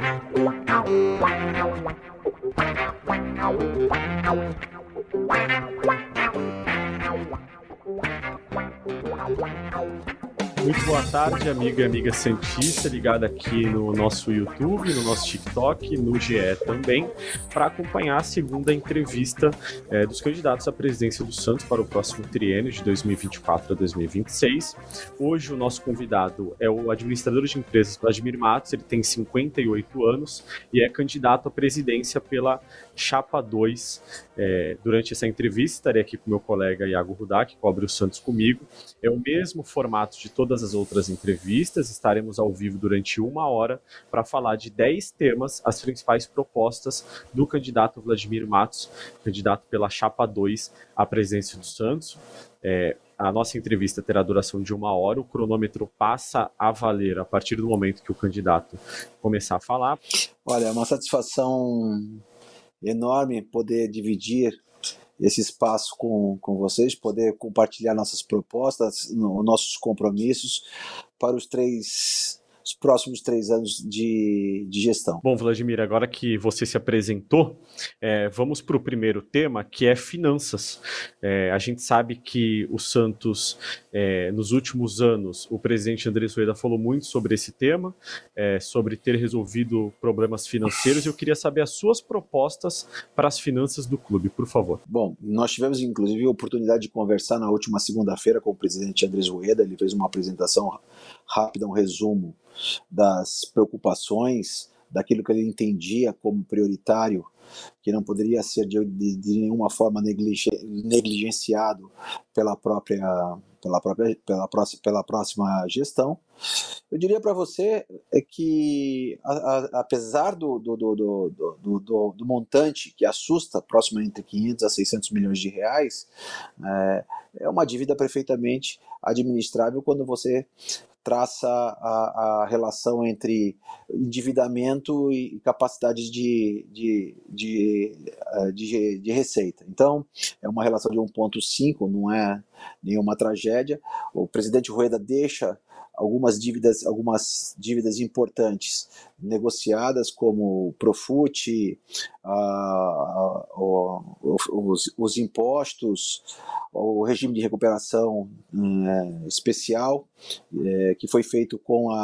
Muito boa tarde, amigo e amiga cientista, ligada aqui no nosso YouTube, no nosso TikTok, no GE também, para acompanhar a segunda entrevista dos candidatos à presidência do Santos para o próximo triênio de 2024 a 2026. Hoje o nosso convidado é o administrador de empresas Vladimir Matos, ele tem 58 anos e é candidato à presidência pela Chapa 2. Durante essa entrevista estarei aqui com meu colega Iago Rudá, que cobre o Santos comigo. É o mesmo formato de todas as outras entrevistas, estaremos ao vivo durante 1 hora para falar de 10 temas, as principais propostas do candidato Vladimir Matos, candidato pela Chapa 2 à presidência do Santos. A nossa entrevista terá duração de 1 hora, o cronômetro passa a valer a partir do momento que o candidato começar a falar. Olha, é uma satisfação enorme poder dividir esse espaço com vocês, poder compartilhar nossas propostas, nossos compromissos para os próximos 3 anos de gestão. Bom, Vladimir, agora que você se apresentou, vamos para o primeiro tema, que é finanças. A gente sabe que o Santos, nos últimos anos, o presidente Andrés Rueda falou muito sobre esse tema, sobre ter resolvido problemas financeiros. Eu queria saber as suas propostas para as finanças do clube, por favor. Bom, nós tivemos, inclusive, a oportunidade de conversar na última segunda-feira com o presidente Andrés Rueda. Ele fez uma apresentação rápida, um resumo das preocupações, daquilo que ele entendia como prioritário, que não poderia ser de nenhuma forma negligenciado pela próxima gestão. Eu diria para você que, apesar do montante que assusta, próximo entre 500 a 600 milhões de reais, é uma dívida perfeitamente administrável quando você traça a relação entre endividamento e capacidade de receita. Então, é uma relação de 1,5, não é nenhuma tragédia. O presidente Rueda deixa algumas dívidas importantes negociadas, como o Profut, os impostos, o regime de recuperação especial, que foi feito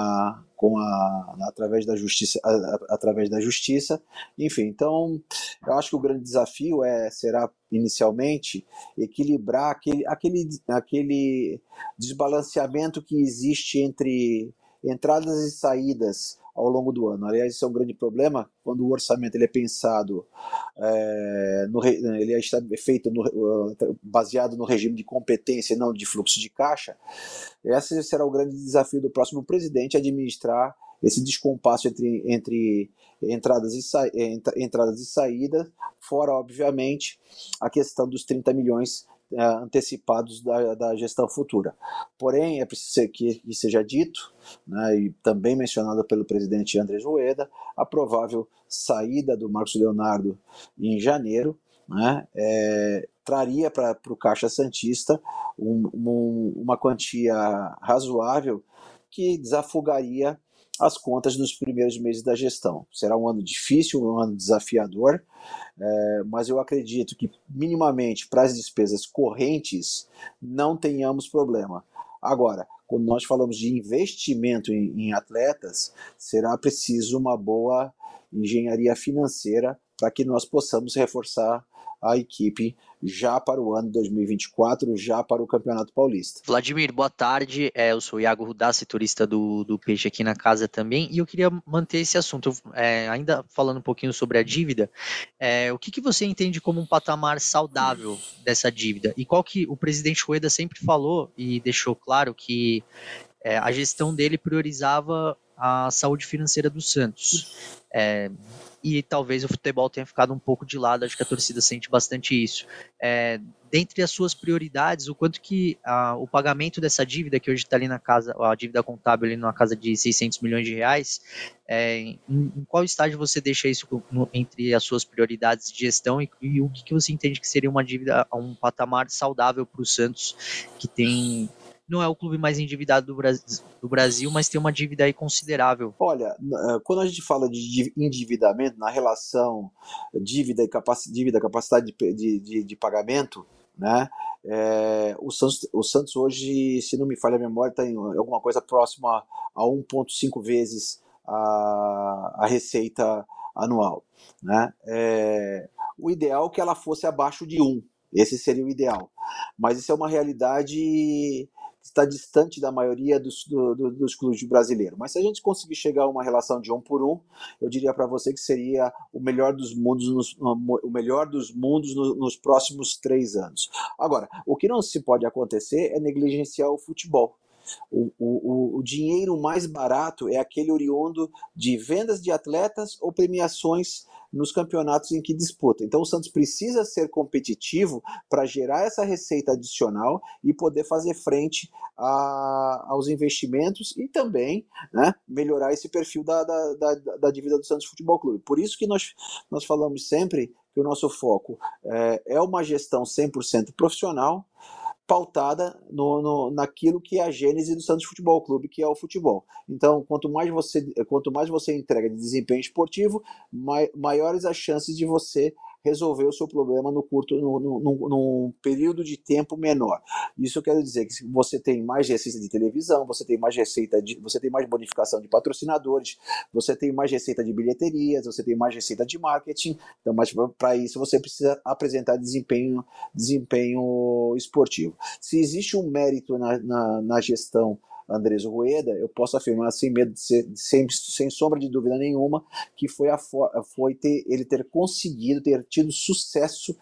através da justiça. Enfim, então eu acho que o grande desafio será inicialmente equilibrar aquele desbalanceamento que existe entre entradas e saídas ao longo do ano. Aliás, isso é um grande problema quando o orçamento ele é pensado, ele é feito baseado no regime de competência e não de fluxo de caixa. Esse será o grande desafio do próximo presidente, administrar esse descompasso entre entradas e saídas, fora, obviamente, a questão dos 30 milhões antecipados da gestão futura. Porém, é preciso que seja dito, né, e também mencionado pelo presidente Andrés Rueda, a provável saída do Marcos Leonardo em janeiro, né, traria para o Caixa Santista uma quantia razoável que desafogaria as contas nos primeiros meses da gestão. Será um ano difícil, um ano desafiador, mas eu acredito que minimamente para as despesas correntes não tenhamos problema. Agora, quando nós falamos de investimento em atletas, será preciso uma boa engenharia financeira para que nós possamos reforçar a equipe já para o ano 2024, já para o Campeonato Paulista. Vladimir, boa tarde. Eu sou o Iago Rudá, setorista do Peixe aqui na casa também, e eu queria manter esse assunto. Ainda falando um pouquinho sobre a dívida, o que você entende como um patamar saudável dessa dívida? E qual que o presidente Rueda sempre falou e deixou claro que a gestão dele priorizava a saúde financeira do Santos. E talvez o futebol tenha ficado um pouco de lado, acho que a torcida sente bastante isso. Dentre as suas prioridades, o quanto que o pagamento dessa dívida, que hoje está ali na casa, a dívida contábil ali na casa de 600 milhões de reais, em qual estágio você deixa isso entre as suas prioridades de gestão e o que você entende que seria uma dívida, um patamar saudável para o Santos, que tem não é o clube mais endividado do Brasil, mas tem uma dívida aí considerável. Olha, quando a gente fala de endividamento, na relação dívida e capacidade de pagamento, né? O Santos hoje, se não me falha a memória, está em alguma coisa próxima a 1,5 vezes a receita anual, né? O ideal é que ela fosse abaixo de 1, esse seria o ideal, mas isso é uma realidade que está distante da maioria dos clubes brasileiros. Mas se a gente conseguir chegar a uma relação de 1 por 1, eu diria para você que seria o melhor dos mundos nos próximos 3 anos. Agora, o que não se pode acontecer é negligenciar o futebol. O dinheiro mais barato é aquele oriundo de vendas de atletas ou premiações nos campeonatos em que disputa. Então o Santos precisa ser competitivo para gerar essa receita adicional e poder fazer frente aos investimentos e também, né, melhorar esse perfil da dívida do Santos Futebol Clube. Por isso que nós falamos sempre que o nosso foco é uma gestão 100% profissional, pautada naquilo que é a gênese do Santos Futebol Clube, que é o futebol. Então, quanto mais você entrega de desempenho esportivo, maiores as chances de você resolver o seu problema num período de tempo menor. Isso quer dizer que você tem mais receita de televisão, você tem mais bonificação de patrocinadores, você tem mais receita de bilheterias, você tem mais receita de marketing. Então, mas para isso você precisa apresentar desempenho esportivo. Se existe um mérito na gestão Andrés Rueda, eu posso afirmar sem sombra de dúvida nenhuma, que foi ele ter conseguido, ter tido sucesso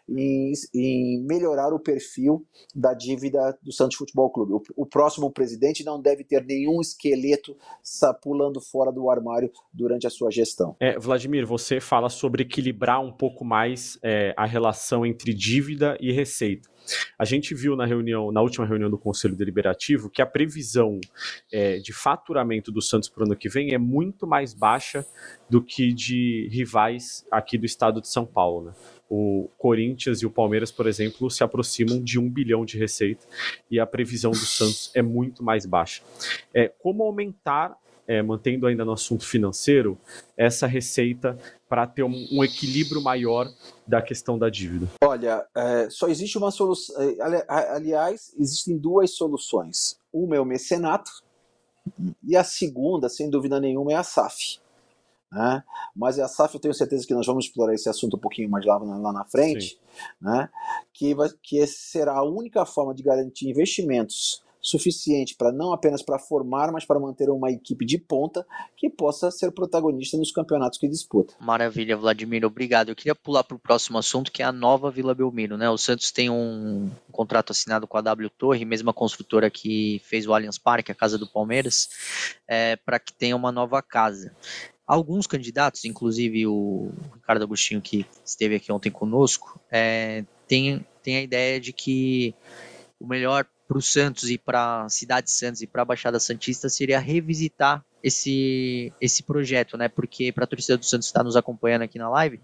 em melhorar o perfil da dívida do Santos Futebol Clube. O próximo presidente não deve ter nenhum esqueleto pulando fora do armário durante a sua gestão. Vladimir, você fala sobre equilibrar um pouco mais a relação entre dívida e receita. A gente viu na última reunião do Conselho Deliberativo que a previsão de faturamento do Santos para o ano que vem é muito mais baixa do que de rivais aqui do estado de São Paulo, né? O Corinthians e o Palmeiras, por exemplo, se aproximam de 1 bilhão de receita e a previsão do Santos é muito mais baixa. Como aumentar, mantendo ainda no assunto financeiro, essa receita para ter um equilíbrio maior da questão da dívida? Olha, só existe uma solução. Aliás, existem 2 soluções. Uma é o mecenato e a segunda, sem dúvida nenhuma, é a SAF. Né? Mas a SAF, eu tenho certeza que nós vamos explorar esse assunto um pouquinho mais lá na frente, né? Que será a única forma de garantir investimentos suficiente para não apenas para formar, mas para manter uma equipe de ponta que possa ser protagonista nos campeonatos que disputa. Maravilha, Vladimir, obrigado. Eu queria pular para o próximo assunto, que é a nova Vila Belmiro, né? O Santos tem um contrato assinado com a W Torre, mesma construtora que fez o Allianz Parque, a casa do Palmeiras, para que tenha uma nova casa. Alguns candidatos, inclusive o Ricardo Agostinho, que esteve aqui ontem conosco, tem a ideia de que o melhor para o Santos e para a cidade de Santos e para a Baixada Santista seria revisitar esse projeto, né? Porque para a torcida do Santos que está nos acompanhando aqui na live,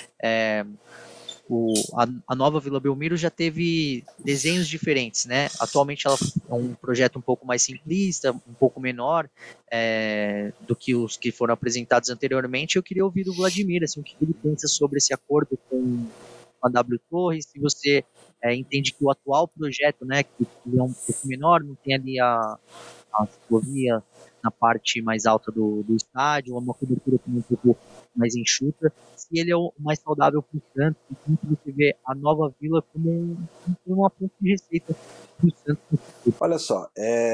a nova Vila Belmiro já teve desenhos diferentes, né? Atualmente ela é um projeto um pouco mais simplista, um pouco menor do que os que foram apresentados anteriormente. Eu queria ouvir do Vladimir, assim, o que ele pensa sobre esse acordo com a W Torre, se você entende que o atual projeto, né, que é um pouco menor, não tem ali a ciclovia na parte mais alta do estádio, uma cobertura também um pouco mais enxuta, se ele é o mais saudável para o Santos, e como você vê a nova Vila como uma fonte de receita para o Santos. Olha só,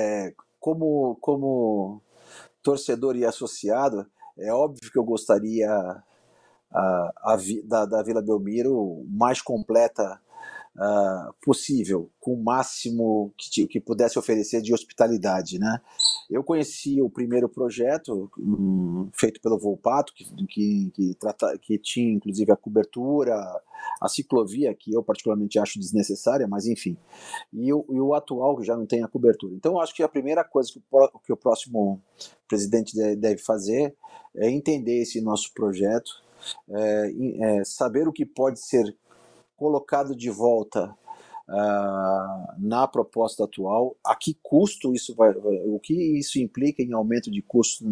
como torcedor e associado, é óbvio que eu gostaria da Vila Belmiro mais completa possível, com o máximo que pudesse oferecer de hospitalidade, né? Eu conheci o primeiro projeto feito pelo Volpato, que tinha inclusive a cobertura, a ciclovia, que eu particularmente acho desnecessária, mas enfim, e o atual, que já não tem a cobertura. Então eu acho que a primeira coisa que o próximo presidente deve fazer é entender esse nosso projeto, saber o que pode ser colocado de volta na proposta atual, a que custo isso o que isso implica em aumento de custo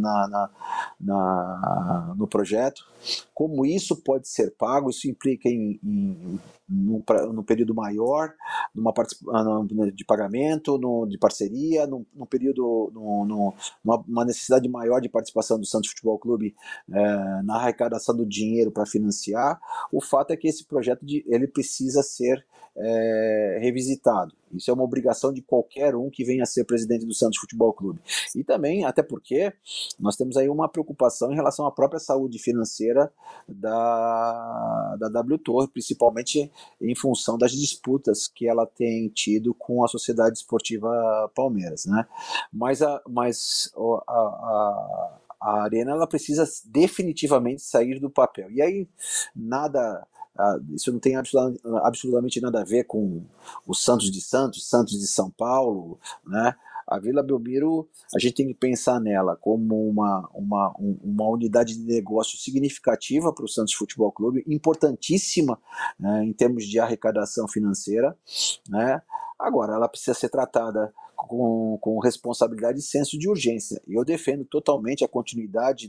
no projeto, como isso pode ser pago, isso implica num período maior, de pagamento, de parceria, num período, numa necessidade maior de participação do Santos Futebol Clube na arrecadação do dinheiro para financiar. O fato é que esse projeto ele precisa ser revisitado. Isso é uma obrigação de qualquer um que venha a ser presidente do Santos Futebol Clube. E também, até porque, nós temos aí uma preocupação em relação à própria saúde financeira da W Torre, principalmente em função das disputas que ela tem tido com a Sociedade Esportiva Palmeiras, né? Mas a Arena, ela precisa definitivamente sair do papel. E aí, isso não tem absolutamente nada a ver com o Santos de São Paulo, né? A Vila Belmiro, a gente tem que pensar nela como uma unidade de negócio significativa para o Santos Futebol Clube, importantíssima, né, em termos de arrecadação financeira, né? Agora, ela precisa ser tratada com responsabilidade e senso de urgência. E eu defendo totalmente a continuidade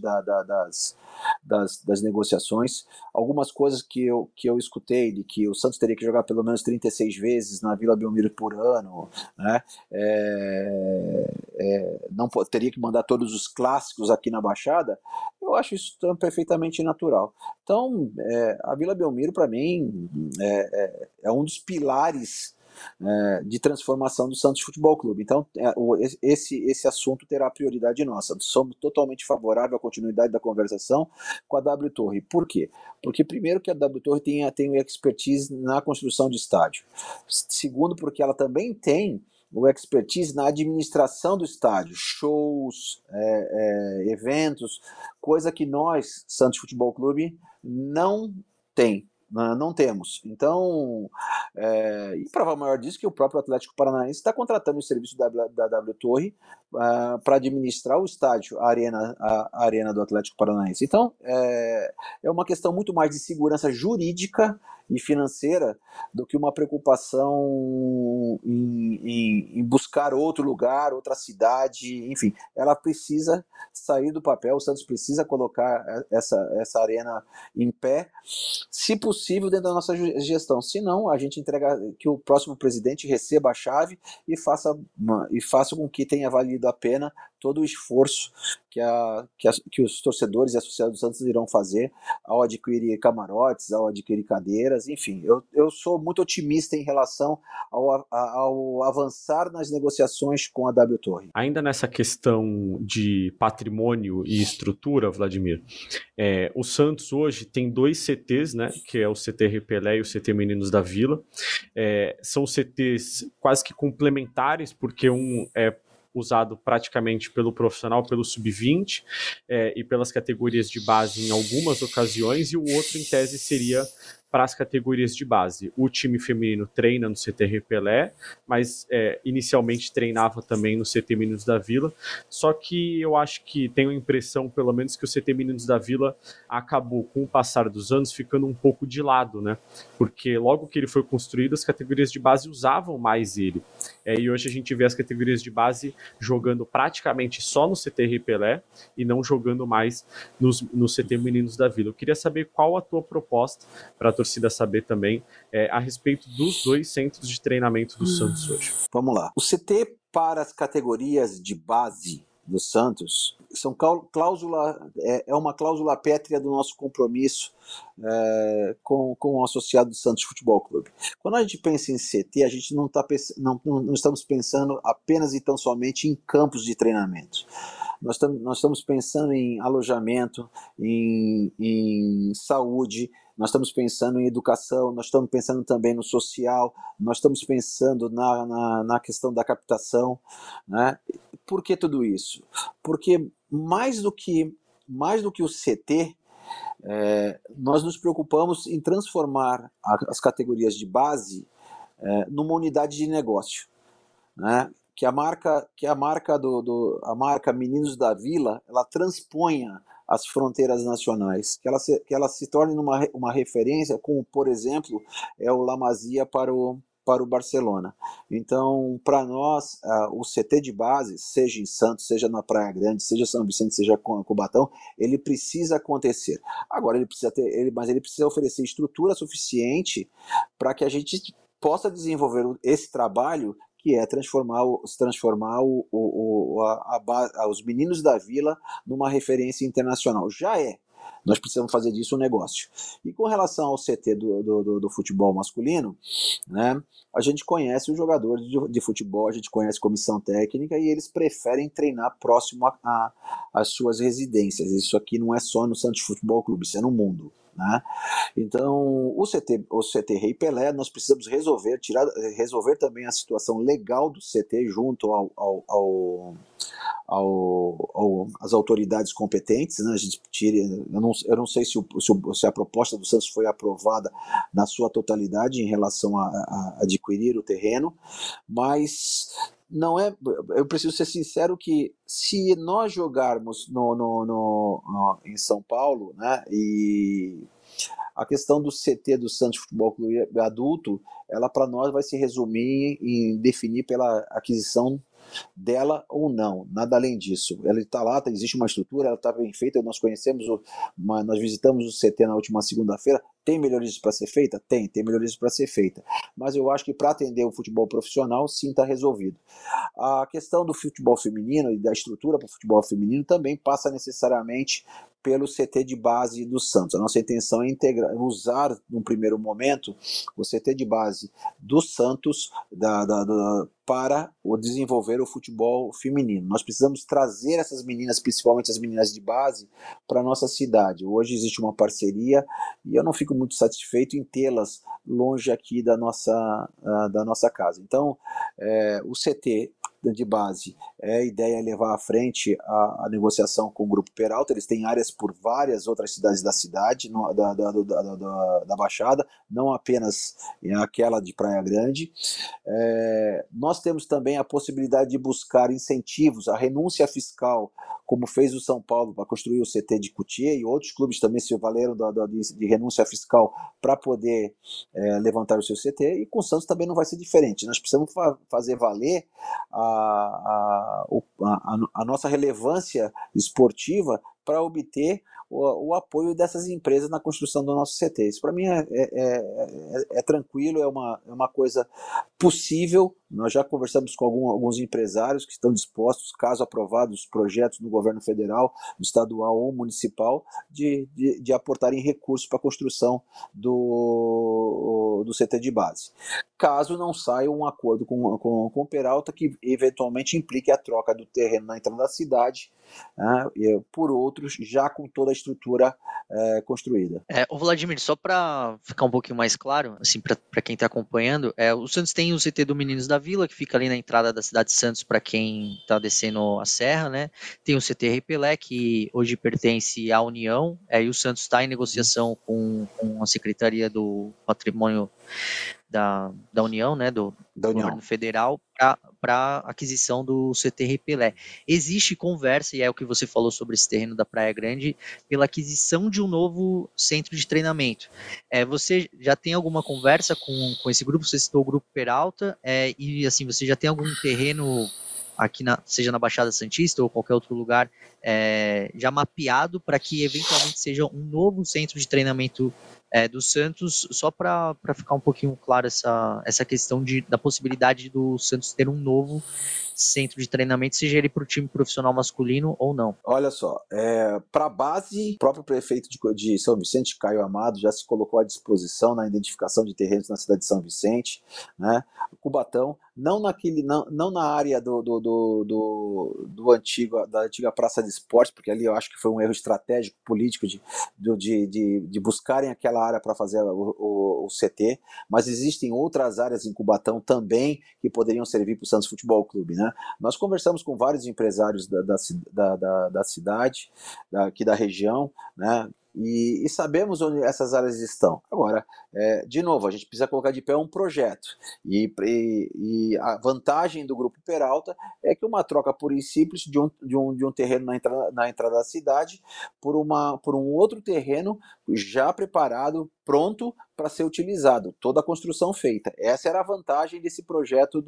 das negociações. Algumas coisas que eu escutei, de que o Santos teria que jogar pelo menos 36 vezes na Vila Belmiro por ano, né? Não teria que mandar todos os clássicos aqui na Baixada, eu acho isso perfeitamente natural. Então, a Vila Belmiro, para mim, é um dos pilares de transformação do Santos Futebol Clube. Então, esse assunto terá prioridade nossa. Somos totalmente favoráveis à continuidade da conversação com a W Torre. Por quê? Porque, primeiro, que a W Torre tem expertise na construção de estádio. Segundo, porque ela também tem o expertise na administração do estádio, shows, eventos, coisa que nós, Santos Futebol Clube, não temos. Então, e prova maior disso que o próprio Atlético Paranaense está contratando o serviço da W Torre para administrar o estádio, a arena do Atlético Paranaense. Então, é uma questão muito mais de segurança jurídica e financeira do que uma preocupação em buscar outro lugar, outra cidade, enfim. Ela precisa sair do papel, o Santos precisa colocar essa arena em pé, se possível dentro da nossa gestão. Se não, a gente entrega que o próximo presidente receba a chave e faça com que tenha valido a pena todo o esforço que os torcedores e a sociedade do Santos irão fazer ao adquirir camarotes, ao adquirir cadeiras, enfim. Eu sou muito otimista em relação ao avançar nas negociações com a W Torre. Ainda nessa questão de patrimônio e estrutura, Vladimir, o Santos hoje tem 2 CTs, né, que é o CT Repelé e o CT Meninos da Vila. São CTs quase que complementares, porque um é usado praticamente pelo profissional, pelo sub-20 e pelas categorias de base em algumas ocasiões, e o outro, em tese, seria para as categorias de base. O time feminino treina no CT Repelé, mas inicialmente treinava também no CT Meninos da Vila, só que eu acho que tenho a impressão, pelo menos, que o CT Meninos da Vila acabou, com o passar dos anos, ficando um pouco de lado, né? Porque logo que ele foi construído, as categorias de base usavam mais ele. E hoje a gente vê as categorias de base jogando praticamente só no CT Repelé e não jogando mais no CT Meninos da Vila. Eu queria saber qual a tua proposta, para a torcida saber também, a respeito dos 2 centros de treinamento do Santos hoje. Vamos lá. O CT para as categorias de base do Santos é uma cláusula pétrea do nosso compromisso com o associado do Santos Futebol Clube. Quando a gente pensa em CT, a gente não estamos pensando apenas e tão somente em campos de treinamento. Nós estamos pensando em alojamento, em saúde, nós estamos pensando em educação, nós estamos pensando também no social, nós estamos pensando na questão da captação, né? Por que tudo isso? Porque mais do que o CT, nós nos preocupamos em transformar as categorias de base numa unidade de negócio, né? Que a marca Meninos da Vila, ela transponha as fronteiras nacionais, que ela se torne uma referência, como, por exemplo, é o La Masia para o para o Barcelona. Então, para nós, o CT de base, seja em Santos, seja na Praia Grande, seja São Vicente, seja Cubatão, ele precisa acontecer. Agora, mas ele precisa oferecer estrutura suficiente para que a gente possa desenvolver esse trabalho, que é transformar os meninos da Vila numa referência internacional. Já é. Nós precisamos fazer disso um negócio. E com relação ao CT do futebol masculino, né, a gente conhece os jogadores de futebol, a gente conhece a comissão técnica e eles preferem treinar próximo às suas residências. Isso aqui não é só no Santos Futebol Clube, isso é no mundo. Né? Então, o CT Rei Pelé, nós precisamos resolver também a situação legal do CT junto às autoridades competentes, né? A gente eu não sei se a proposta do Santos foi aprovada na sua totalidade em relação a adquirir o terreno, mas não é. Eu preciso ser sincero que se nós jogarmos em São Paulo, né, e a questão do CT do Santos Futebol Clube adulto, ela para nós vai se resumir em definir pela aquisição dela ou não, nada além disso. Ela está lá, existe uma estrutura, ela está bem feita, nós visitamos o CT na última segunda-feira. Tem melhorias para ser feita? Tem melhorias para ser feita. Mas eu acho que para atender o futebol profissional, sim, está resolvido. A questão do futebol feminino e da estrutura para o futebol feminino também passa necessariamente pelo CT de base do Santos. A nossa intenção é usar, num primeiro momento, o CT de base do Santos para desenvolver o futebol feminino. Nós precisamos trazer essas meninas, principalmente as meninas de base, para a nossa cidade. Hoje existe uma parceria e eu não fico muito satisfeito em tê-las longe aqui da nossa casa. Então, o CT de base, a ideia é levar à frente a negociação com o Grupo Peralta. Eles têm áreas por várias outras cidades da cidade, da Baixada, não apenas aquela de Praia Grande. Nós temos também a possibilidade de buscar incentivos, a renúncia fiscal, como fez o São Paulo para construir o CT de Cotia, e outros clubes também se valeram de renúncia fiscal para poder levantar o seu CT, e com o Santos também não vai ser diferente. Nós precisamos fazer valer a nossa relevância esportiva para obter o apoio dessas empresas na construção do nosso CT. Isso para mim é tranquilo, é uma coisa possível. Nós já conversamos com alguns empresários que estão dispostos, caso aprovados os projetos no governo federal, estadual ou municipal, de aportarem recursos para a construção do CT de base. Caso não saia um acordo com o Peralta que eventualmente implique a troca do terreno na entrada da cidade, por outros, já com toda a estrutura construída. Ô Vladimir, só para ficar um pouquinho mais claro, assim, para quem está acompanhando, o Santos tem o CT do Meninos da Vila, que fica ali na entrada da cidade de Santos, para quem está descendo a serra, né? Tem o CT Rei Pelé, que hoje pertence à União, e o Santos está em negociação com a Secretaria do Patrimônio da União, né, do governo federal, para aquisição do CT Rei Pelé. Existe conversa, e é o que você falou sobre esse terreno da Praia Grande, pela aquisição de um novo centro de treinamento. Você já tem alguma conversa com esse grupo? Você citou o Grupo Peralta, e assim, você já tem algum terreno aqui, seja na Baixada Santista ou qualquer outro lugar, já mapeado para que eventualmente seja um novo centro de treinamento do Santos, só para ficar um pouquinho claro essa questão da possibilidade do Santos ter um novo centro de treinamento, seja ele para o time profissional masculino ou não? Olha só, para a base, o próprio prefeito de São Vicente, Caio Amado, já se colocou à disposição na identificação de terrenos na cidade de São Vicente, né? Cubatão, não na área da antiga Praça de Esportes, porque ali eu acho que foi um erro estratégico político de buscarem aquela área para fazer o CT, mas existem outras áreas em Cubatão também que poderiam servir para o Santos Futebol Clube, né? Nós conversamos com vários empresários da cidade, aqui da região, né? E sabemos onde essas áreas estão. Agora, de novo, a gente precisa colocar de pé um projeto. E a vantagem do Grupo Peralta é que uma troca pura e simples de um terreno na entrada da cidade por um outro terreno já preparado, pronto para ser utilizado, toda a construção feita. Essa era a vantagem desse projeto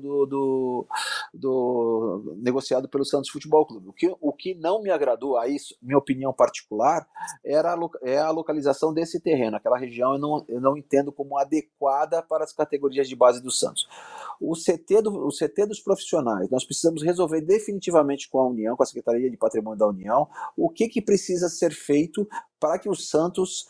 do negociado pelo Santos Futebol Clube. O que não me agradou, aí, minha opinião particular, é a localização desse terreno. Aquela região eu não entendo como adequada para as categorias de base do Santos. O CT dos profissionais, nós precisamos resolver definitivamente com a União, com a Secretaria de Patrimônio da União, o que precisa ser feito para que o Santos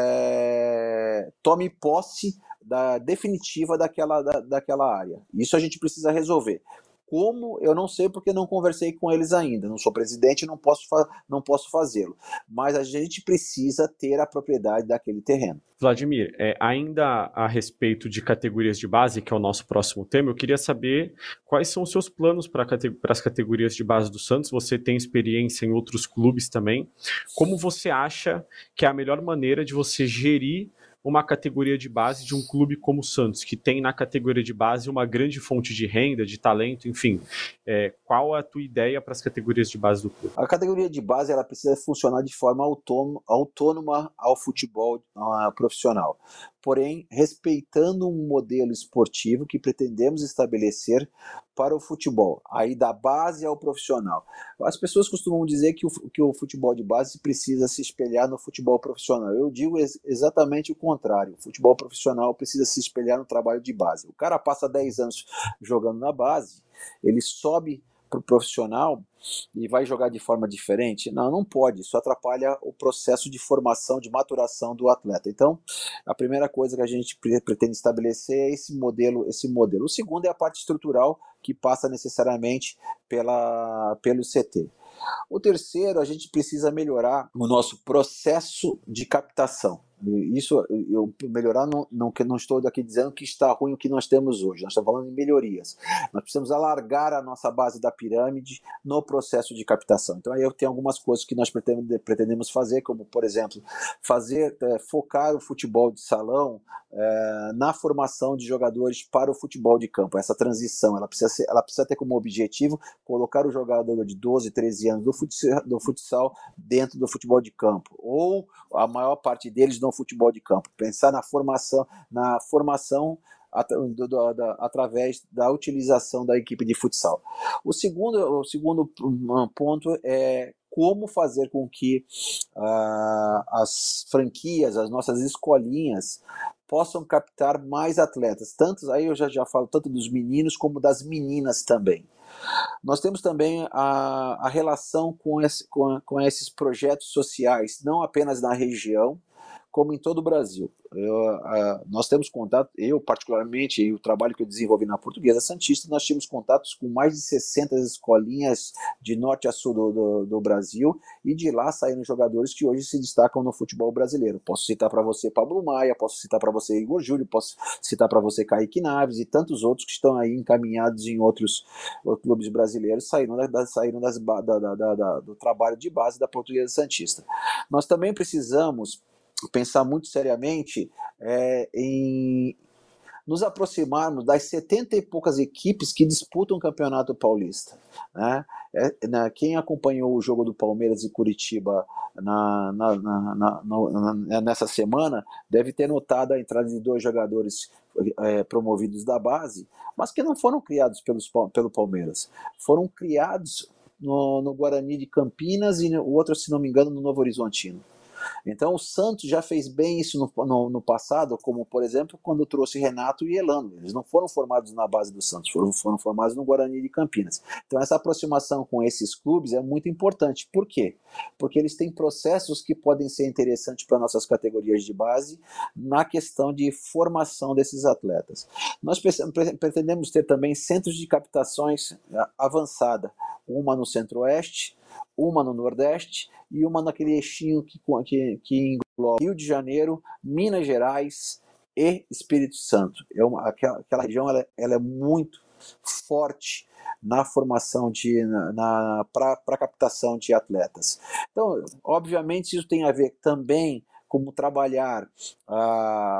tome posse definitiva daquela área. Isso a gente precisa resolver. Como, eu não sei porque não conversei com eles ainda, não sou presidente, não posso fazê-lo, mas a gente precisa ter a propriedade daquele terreno. Vladimir, ainda a respeito de categorias de base, que é o nosso próximo tema, eu queria saber quais são os seus planos para as categorias de base do Santos. Você tem experiência em outros clubes também. Como você acha que é a melhor maneira de você gerir uma categoria de base de um clube como o Santos, que tem na categoria de base uma grande fonte de renda, de talento, enfim. Qual a tua ideia para as categorias de base do clube? A categoria de base ela precisa funcionar de forma autônoma ao futebol profissional, porém respeitando um modelo esportivo que pretendemos estabelecer para o futebol, aí da base ao profissional. As pessoas costumam dizer que o futebol de base precisa se espelhar no futebol profissional. Eu digo exatamente o contrário. O futebol profissional precisa se espelhar no trabalho de base. O cara passa 10 anos jogando na base, ele sobe para o profissional e vai jogar de forma diferente? Não pode, isso atrapalha o processo de formação, de maturação do atleta. Então, a primeira coisa que a gente pretende estabelecer é esse modelo. O segundo é a parte estrutural, que passa necessariamente pelo CT. O terceiro, a gente precisa melhorar o nosso processo de captação. Isso, eu melhorar, não estou aqui dizendo que está ruim o que nós temos hoje, nós estamos falando em melhorias. Nós precisamos alargar a nossa base da pirâmide no processo de captação. Então aí eu tenho algumas coisas que nós pretendemos fazer, como por exemplo, focar o futebol de salão na formação de jogadores para o futebol de campo. Essa transição, ela precisa ter como objetivo colocar o jogador de 12, 13 anos do futsal dentro do futebol de campo, ou a maior parte deles no futebol de campo. Pensar na formação através da utilização da equipe de futsal. O segundo ponto é como fazer com que as franquias, as nossas escolinhas, possam captar mais atletas. Aí eu já falo tanto dos meninos como das meninas também. Nós temos também a relação com esses projetos sociais, não apenas na região, como em todo o Brasil. Nós temos contato, eu particularmente, e o trabalho que eu desenvolvi na Portuguesa Santista, nós tínhamos contatos com mais de 60 escolinhas de norte a sul do Brasil, e de lá saíram jogadores que hoje se destacam no futebol brasileiro. Posso citar para você Pablo Maia, posso citar para você Igor Júlio, posso citar para você Kaique Naves e tantos outros que estão aí encaminhados em outros clubes brasileiros, saíram do trabalho de base da Portuguesa Santista. Nós também precisamos pensar muito seriamente em nos aproximarmos das 70 e poucas equipes que disputam o Campeonato Paulista, né? Quem acompanhou o jogo do Palmeiras e Curitiba nessa semana deve ter notado a entrada de 2 jogadores promovidos da base, mas que não foram criados pelo Palmeiras, foram criados no Guarani de Campinas e o outro, se não me engano, no Novo Horizontino. Então o Santos já fez bem isso no passado, como por exemplo quando trouxe Renato e Elano. Eles não foram formados na base do Santos, foram formados no Guarani de Campinas. Então essa aproximação com esses clubes é muito importante. Por quê? Porque eles têm processos que podem ser interessantes para nossas categorias de base na questão de formação desses atletas. Nós pretendemos ter também centros de captações avançada, uma no Centro-Oeste, uma no Nordeste e uma naquele eixinho que engloba Rio de Janeiro, Minas Gerais e Espírito Santo. Aquela região ela é muito forte na formação para captação de atletas. Então, obviamente, isso tem a ver também como trabalhar a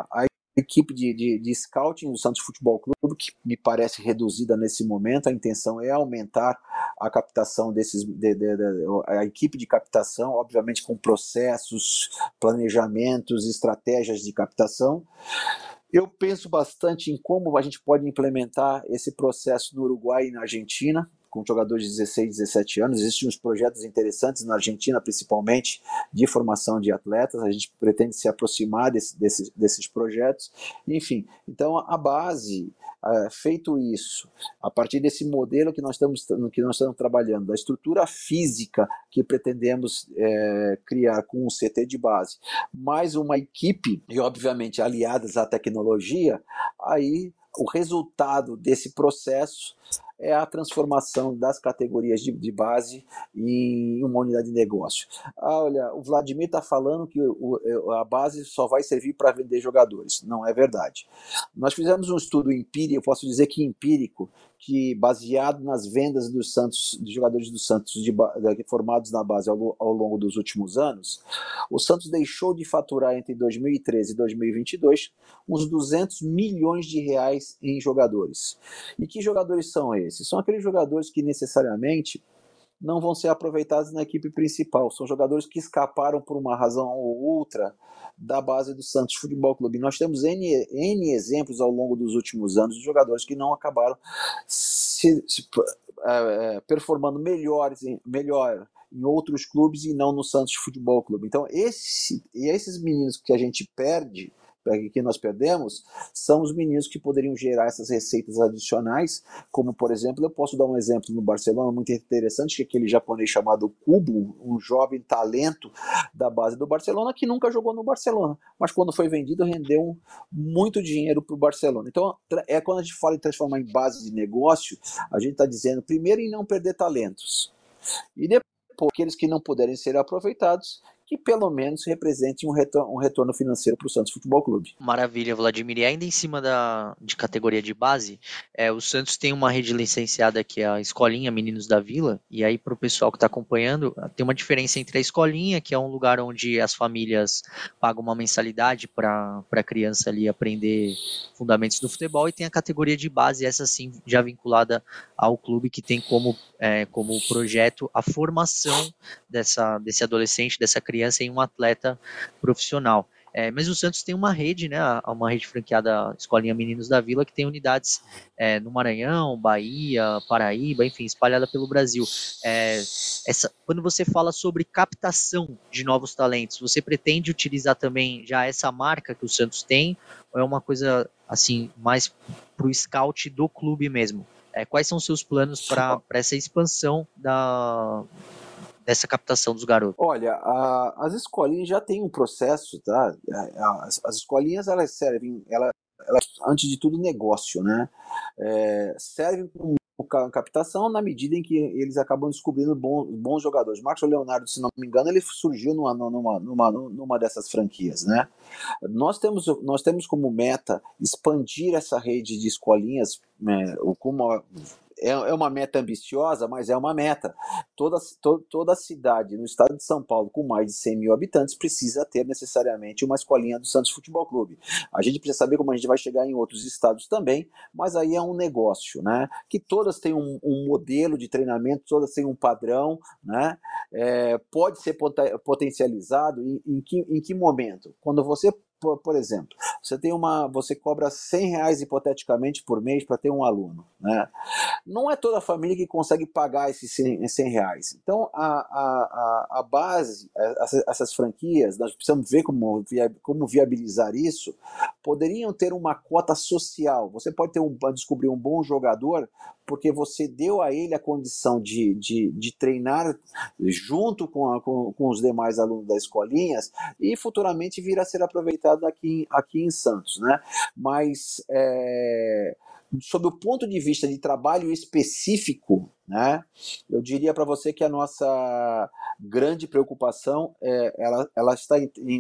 equipe de scouting do Santos Futebol Clube, que me parece reduzida nesse momento. A intenção é aumentar a captação a equipe de captação, obviamente com processos, planejamentos, estratégias de captação. Eu penso bastante em como a gente pode implementar esse processo no Uruguai e na Argentina, com jogadores de 16, 17 anos. Existem uns projetos interessantes na Argentina, principalmente, de formação de atletas. A gente pretende se aproximar desses projetos. Enfim, então a base, feito isso, a partir desse modelo que nós estamos trabalhando, da estrutura física que pretendemos criar com um CT de base, mais uma equipe, e obviamente aliadas à tecnologia, aí o resultado desse processo é a transformação das categorias de base em uma unidade de negócio. Olha, o Vladimir está falando que a base só vai servir para vender jogadores. Não é verdade. Nós fizemos um estudo empírico, eu posso dizer que empírico, que baseado nas vendas dos Santos, de jogadores do Santos formados na base ao longo dos últimos anos, o Santos deixou de faturar entre 2013 e 2022 uns 200 milhões de reais em jogadores. E que jogadores são esses? São aqueles jogadores que necessariamente não vão ser aproveitados na equipe principal. São jogadores que escaparam por uma razão ou outra da base do Santos Futebol Clube. Nós temos N exemplos ao longo dos últimos anos de jogadores que não acabaram performando melhor em outros clubes e não no Santos Futebol Clube. Então, esses meninos que a gente perde, que nós perdemos, são os meninos que poderiam gerar essas receitas adicionais, como, por exemplo, eu posso dar um exemplo no Barcelona muito interessante, que é aquele japonês chamado Kubo, um jovem talento da base do Barcelona, que nunca jogou no Barcelona, mas quando foi vendido rendeu muito dinheiro para o Barcelona. Então, quando a gente fala em transformar em base de negócio, a gente está dizendo, primeiro, em não perder talentos, e depois, aqueles que não puderem ser aproveitados, que pelo menos representem um retorno financeiro para o Santos Futebol Clube. Maravilha, Vladimir. E ainda em cima de categoria de base, o Santos tem uma rede licenciada que é a Escolinha Meninos da Vila, e aí para o pessoal que está acompanhando, tem uma diferença entre a Escolinha, que é um lugar onde as famílias pagam uma mensalidade para a criança ali aprender fundamentos do futebol, e tem a categoria de base, essa sim já vinculada ao clube, que tem como projeto a formação desse adolescente, dessa criança em um atleta profissional. Mas o Santos tem uma rede, né, uma rede franqueada Escolinha Meninos da Vila, que tem unidades no Maranhão, Bahia, Paraíba, enfim, espalhada pelo Brasil. Quando você fala sobre captação de novos talentos, você pretende utilizar também já essa marca que o Santos tem, ou é uma coisa assim mais para o scout do clube mesmo? Quais são os seus planos para essa expansão dessa captação dos garotos? Olha, as escolinhas já têm um processo, tá? As escolinhas, elas servem, elas antes de tudo, negócio, né? Servem como captação na medida em que eles acabam descobrindo bons jogadores. Marcos Leonardo, se não me engano, ele surgiu numa dessas franquias, né? Nós temos como meta expandir essa rede de escolinhas, é uma meta ambiciosa, mas é uma meta. Toda cidade no estado de São Paulo com mais de 100 mil habitantes precisa ter necessariamente uma escolinha do Santos Futebol Clube. A gente precisa saber como a gente vai chegar em outros estados também, mas aí é um negócio, né? Que todas têm um modelo de treinamento, todas têm um padrão, né? Pode ser potencializado em que momento? Quando você, por exemplo, você cobra R$100 hipoteticamente por mês para ter um aluno, né? Não é toda a família que consegue pagar esses R$100. Então, a base, essas franquias, nós precisamos ver como viabilizar isso, poderiam ter uma cota social. Você pode descobrir um bom jogador porque você deu a ele a condição de treinar junto com os demais alunos das escolinhas e futuramente vir a ser aproveitado aqui em Santos, né? Mas sob o ponto de vista de trabalho específico, né? Eu diria para você que a nossa grande preocupação ela está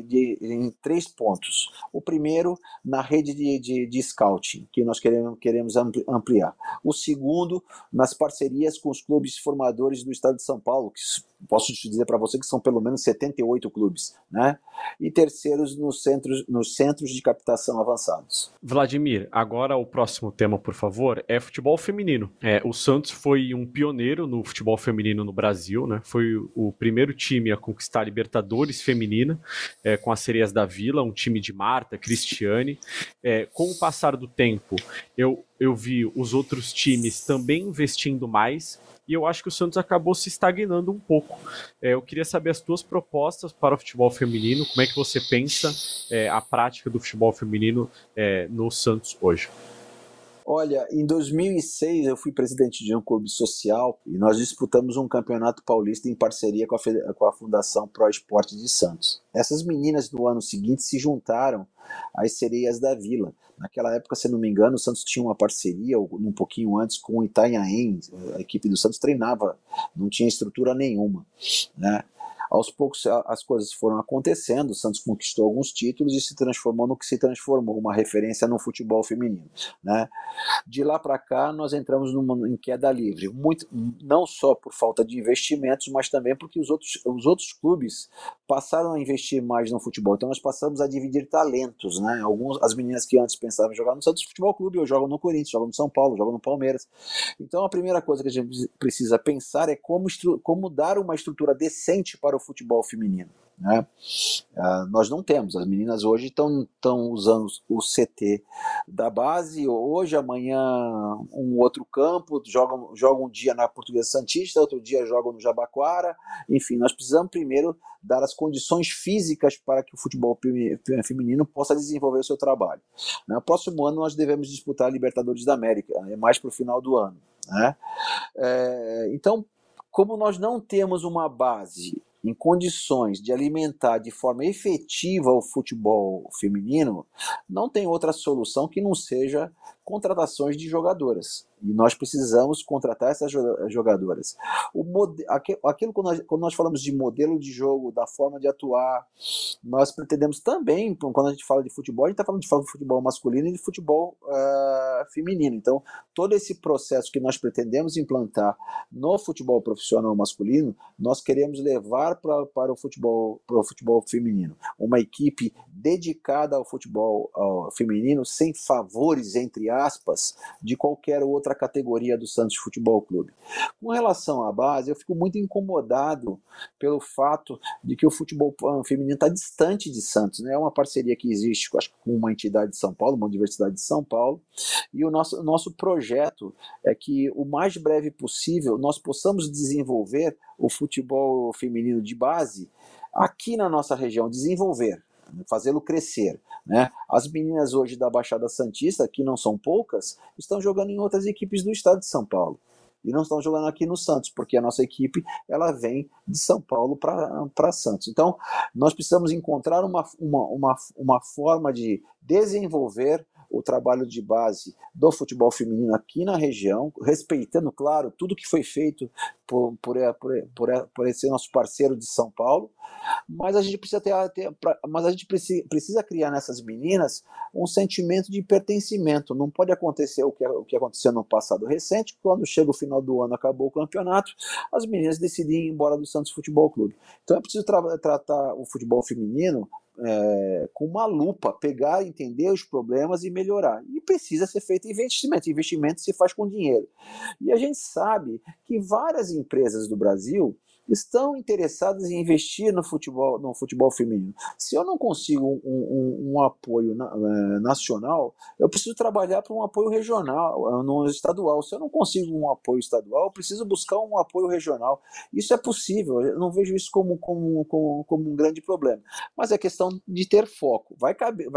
em 3 pontos. O primeiro, na rede de scouting, que nós queremos ampliar. O segundo, nas parcerias com os clubes formadores do estado de São Paulo, que posso te dizer para você que são pelo menos 78 clubes, né? E terceiros, nos centros de captação avançados. Vladimir, agora o próximo tema, por favor, é futebol feminino. O Santos foi um pioneiro no futebol feminino no Brasil, né? Foi o primeiro time a conquistar a Libertadores feminina, com as Sereias da Vila, um time de Marta, Cristiane. Com o passar do tempo, eu vi os outros times também investindo mais, e eu acho que o Santos acabou se estagnando um pouco. Eu queria saber as tuas propostas para o futebol feminino, como é que você pensa a prática do futebol feminino no Santos hoje? Olha, em 2006 eu fui presidente de um clube social e nós disputamos um campeonato paulista em parceria com a Fundação Pro Esporte de Santos. Essas meninas no ano seguinte se juntaram às Sereias da Vila. Naquela época, se não me engano, o Santos tinha uma parceria, um pouquinho antes, com o Itanhaém. A equipe do Santos treinava, não tinha estrutura nenhuma, né? Aos poucos as coisas foram acontecendo, o Santos conquistou alguns títulos e se transformou no que se transformou, uma referência no futebol feminino, né? De lá para cá nós entramos em queda livre, não só por falta de investimentos, mas também porque os outros clubes passaram a investir mais no futebol, então nós passamos a dividir talentos, né? As meninas que antes pensavam em jogar no Santos Futebol Clube, hoje jogam no Corinthians, jogam no São Paulo, jogam no Palmeiras. Então a primeira coisa que a gente precisa pensar é como dar uma estrutura decente para o futebol feminino, né? Nós não temos, as meninas hoje estão usando o CT da base, hoje, amanhã um outro campo, jogam um dia na Portuguesa Santista, outro dia jogam no Jabaquara, enfim, nós precisamos primeiro dar as condições físicas para que o futebol feminino possa desenvolver o seu trabalho. No próximo ano nós devemos disputar a Libertadores da América, mais para o final do ano, né? Então, como nós não temos uma base em condições de alimentar de forma efetiva o futebol feminino, não tem outra solução que não seja contratações de jogadoras. E nós precisamos contratar essas jogadoras. Aquilo quando nós falamos de modelo de jogo, da forma de atuar, nós pretendemos também, quando a gente fala de futebol, a gente está falando de futebol masculino e de futebol feminino. Então, todo esse processo que nós pretendemos implantar no futebol profissional masculino, nós queremos levar para o futebol feminino. Uma equipe dedicada ao futebol feminino, sem favores, entre aspas, de qualquer outra categoria do Santos Futebol Clube. Com relação à base, eu fico muito incomodado pelo fato de que o futebol feminino está distante de Santos, né? É uma parceria que existe, acho que com uma entidade de São Paulo, uma universidade de São Paulo, e o nosso projeto é que o mais breve possível nós possamos desenvolver o futebol feminino de base aqui na nossa região, fazê-lo crescer, né? As meninas hoje da Baixada Santista, que não são poucas, estão jogando em outras equipes do estado de São Paulo e não estão jogando aqui no Santos, porque a nossa equipe ela vem de São Paulo para Santos. Então nós precisamos encontrar uma forma de desenvolver o trabalho de base do futebol feminino aqui na região, respeitando, claro, tudo que foi feito por esse nosso parceiro de São Paulo, mas a gente precisa criar nessas meninas um sentimento de pertencimento. Não pode acontecer o que aconteceu no passado recente, quando chega o final do ano, acabou o campeonato, as meninas decidem ir embora do Santos Futebol Clube. Então é preciso tratar o futebol feminino com uma lupa, pegar, entender os problemas e melhorar. E precisa ser feito investimento. Investimento se faz com dinheiro. E a gente sabe que várias empresas do Brasil estão interessadas em investir no futebol feminino. Se eu não consigo um apoio nacional, eu preciso trabalhar para um apoio regional, no estadual. Se eu não consigo um apoio estadual, eu preciso buscar um apoio regional. Isso é possível, eu não vejo isso como um grande problema. Mas é questão de ter foco. Vai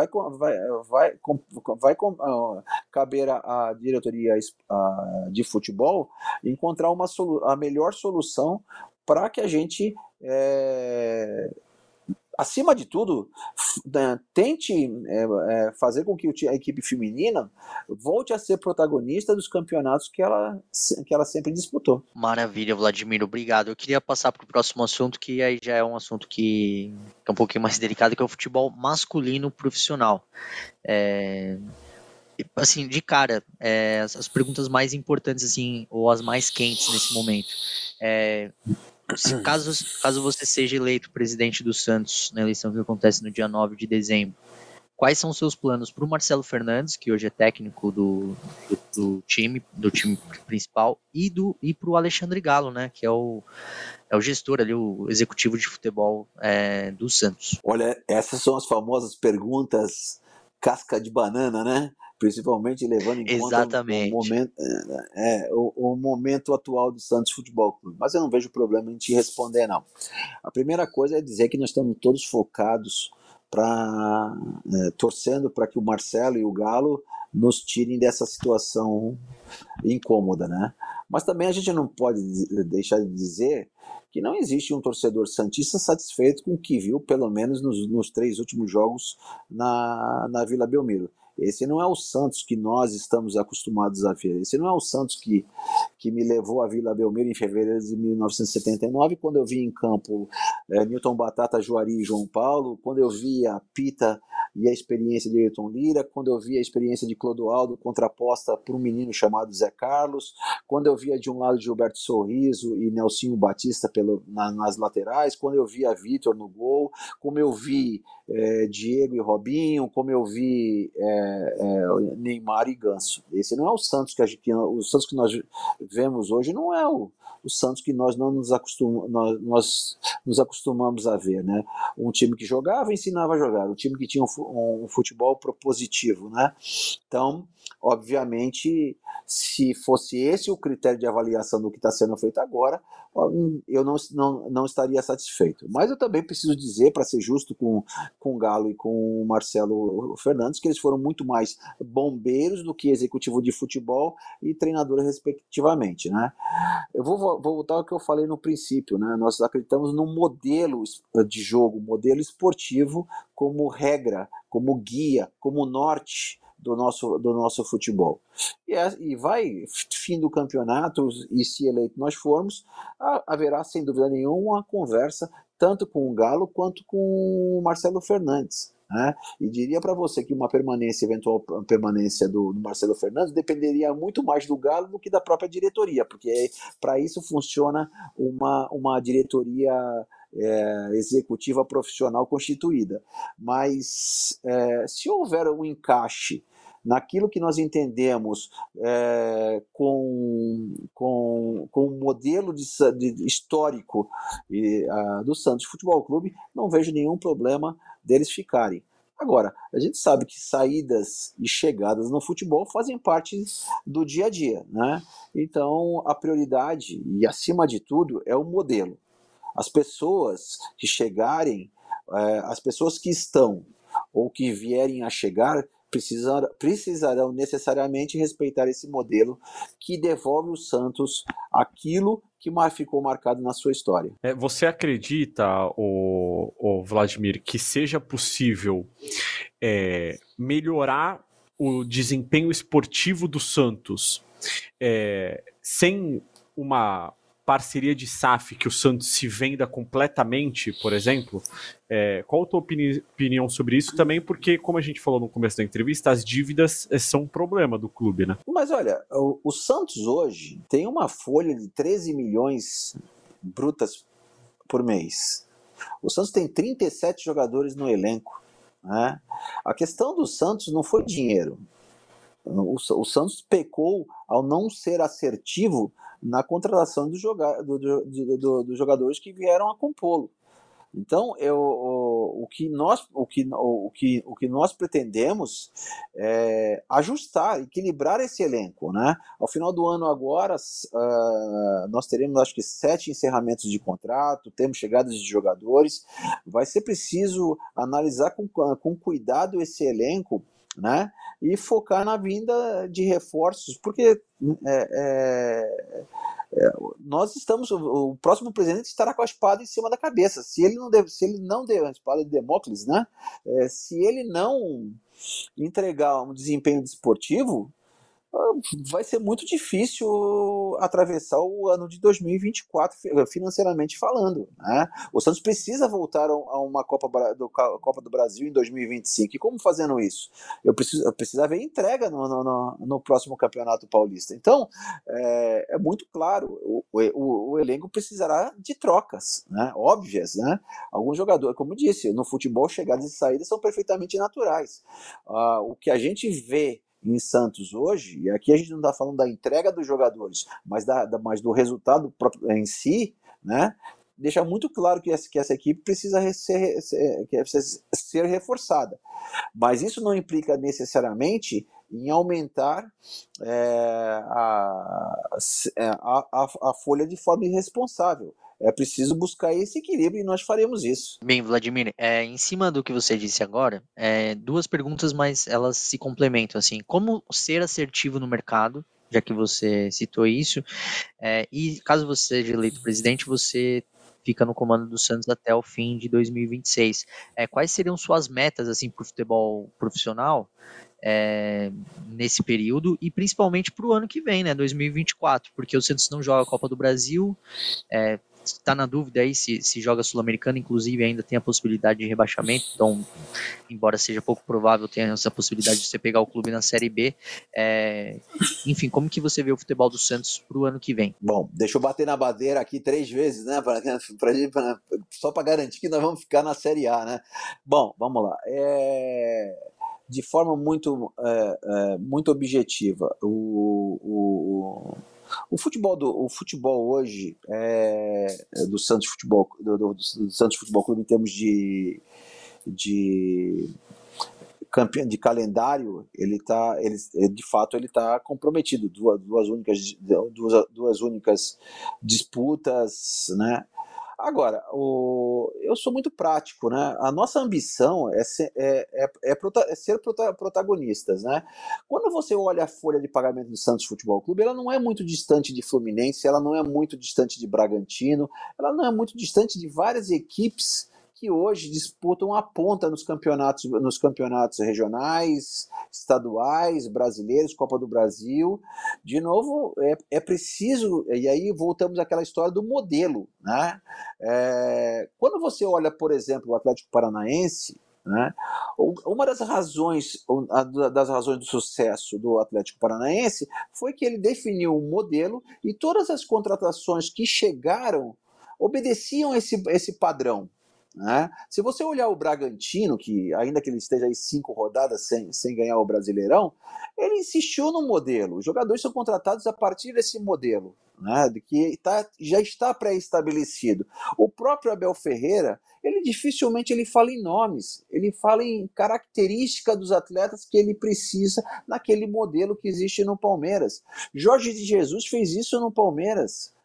caber à diretoria de futebol encontrar a melhor solução para que a gente, acima de tudo, tente fazer com que a equipe feminina volte a ser protagonista dos campeonatos que ela sempre disputou. Maravilha, Vladimir, obrigado. Eu queria passar para o próximo assunto, que aí já é um assunto que é um pouquinho mais delicado, que é o futebol masculino profissional. Assim, de cara, as perguntas mais importantes, assim, ou as mais quentes nesse momento. Caso você seja eleito presidente do Santos na eleição que acontece no dia 9 de dezembro, quais são os seus planos para o Marcelo Fernandes, que hoje é técnico do time principal, e para o Alexandre Galo, né, que é o gestor ali, o executivo de futebol do Santos? Olha, essas são as famosas perguntas casca de banana, né? Principalmente levando em conta o momento atual do Santos Futebol Clube. Mas eu não vejo problema em te responder, não. A primeira coisa é dizer que nós estamos todos focados torcendo para que o Marcelo e o Galo nos tirem dessa situação incômoda, né? Mas também a gente não pode deixar de dizer que não existe um torcedor santista satisfeito com o que viu, pelo menos nos 3 últimos jogos na Vila Belmiro. Esse não é o Santos que nós estamos acostumados a ver. Esse não é o Santos que me levou à Vila Belmiro em fevereiro de 1979, quando eu vi em campo Newton Batata, Juari e João Paulo, quando eu vi a Pita e a experiência de Ayrton Lira, quando eu vi a experiência de Clodoaldo contraposta por um menino chamado Zé Carlos, quando eu via de um lado Gilberto Sorriso e Nelsinho Batista nas laterais, quando eu via Vitor no gol, como eu vi Diego e Robinho, como eu vi Neymar e Ganso. Esse não é o Santos o Santos que nós vemos hoje, não é o Santos que nós não nos acostumamos a ver, né? Um time que jogava, ensinava a jogar, um time que tinha um futebol propositivo, né? Então, obviamente, se fosse esse o critério de avaliação do que está sendo feito agora, eu não estaria satisfeito. Mas eu também preciso dizer, para ser justo com o Galo e com o Marcelo Fernandes, que eles foram muito mais bombeiros do que executivo de futebol e treinador respectivamente, né? Eu vou voltar ao que eu falei no princípio, né? Nós acreditamos num modelo de jogo, modelo esportivo como regra, como guia, como norte do nosso futebol. E vai, fim do campeonato, e se eleito nós formos, haverá sem dúvida nenhuma uma conversa tanto com o Galo quanto com o Marcelo Fernandes, né? E diria para você que uma eventual permanência do Marcelo Fernandes dependeria muito mais do Galo do que da própria diretoria, porque para isso funciona uma diretoria executiva profissional constituída. Mas se houver um encaixe naquilo que nós entendemos com o modelo histórico do Santos Futebol Clube, não vejo nenhum problema deles ficarem. Agora, a gente sabe que saídas e chegadas no futebol fazem parte do dia a dia, né? Então, a prioridade, e acima de tudo, é o modelo. As pessoas que chegarem, as pessoas que estão ou que vierem a chegar, precisarão necessariamente respeitar esse modelo que devolve o Santos aquilo que ficou marcado na sua história. Você acredita, o Vladimir, que seja possível melhorar o desempenho esportivo do Santos sem uma parceria de SAF que o Santos se venda completamente, por exemplo? Qual a tua opinião sobre isso também? Porque, como a gente falou no começo da entrevista, as dívidas são um problema do clube, né? Mas olha, o Santos hoje tem uma folha de 13 milhões brutas por mês. O Santos tem 37 jogadores no elenco, né? A questão do Santos não foi dinheiro. O Santos pecou ao não ser assertivo na contratação dos jogadores que vieram a compô-lo. Então, o que nós pretendemos é ajustar, equilibrar esse elenco, né? Ao final do ano agora, nós teremos, acho que, 7 encerramentos de contrato, temos chegadas de jogadores. Vai ser preciso analisar com cuidado esse elenco, né? E focar na vinda de reforços, porque nós estamos, o próximo presidente estará com a espada em cima da cabeça. Se ele não der a espada de Damócles, né? Se ele não entregar um desempenho desportivo, vai ser muito difícil atravessar o ano de 2024 financeiramente falando, né? O Santos precisa voltar a uma Copa do Brasil em 2025. E como fazendo isso? Eu preciso haver entrega no próximo Campeonato Paulista. Então, é muito claro, o elenco precisará de trocas, né? Óbvias, né? Alguns jogadores, como eu disse, no futebol chegadas e saídas são perfeitamente naturais. O que a gente vê em Santos hoje, e aqui a gente não está falando da entrega dos jogadores, mas do resultado em si, né, deixa muito claro que essa equipe precisa ser reforçada. Mas isso não implica necessariamente em aumentar a folha de forma irresponsável. É preciso buscar esse equilíbrio e nós faremos isso. Bem, Vladimir, em cima do que você disse agora, duas perguntas, mas elas se complementam, assim. Como ser assertivo no mercado, já que você citou isso, e caso você seja eleito presidente, você fica no comando do Santos até o fim de 2026. Quais seriam suas metas, assim, para o futebol profissional nesse período e principalmente para o ano que vem, né, 2024, porque o Santos não joga a Copa do Brasil, está na dúvida aí se joga Sul-Americana, inclusive ainda tem a possibilidade de rebaixamento, então, embora seja pouco provável, tem essa possibilidade de você pegar o clube na Série B. Enfim, como que você vê o futebol do Santos para o ano que vem? Bom, deixa eu bater na bandeira aqui 3 vezes, né, só para garantir que nós vamos ficar na Série A, né? Bom, vamos lá. De forma muito objetiva, o futebol hoje do Santos Futebol do Santos Futebol Clube em termos de calendário, de fato ele está comprometido. Duas únicas disputas, né? Agora, eu sou muito prático, né? A nossa ambição é ser protagonistas, né? Quando você olha a folha de pagamento do Santos Futebol Clube, ela não é muito distante de Fluminense, ela não é muito distante de Bragantino, ela não é muito distante de várias equipes que hoje disputam a ponta nos campeonatos regionais, estaduais, brasileiros, Copa do Brasil. De novo, é preciso, e aí voltamos àquela história do modelo, né? Quando você olha, por exemplo, o Atlético Paranaense, né, uma das razões do sucesso do Atlético Paranaense foi que ele definiu um modelo e todas as contratações que chegaram obedeciam esse padrão. Né? Se você olhar o Bragantino, que ainda que ele esteja aí 5 rodadas sem ganhar o Brasileirão, ele insistiu no modelo. Os jogadores são contratados a partir desse modelo, né, que já está pré-estabelecido. O próprio Abel Ferreira, ele dificilmente fala em nomes, ele fala em característica dos atletas que ele precisa naquele modelo que existe no Palmeiras. Jorge de Jesus fez isso no Palmeiras.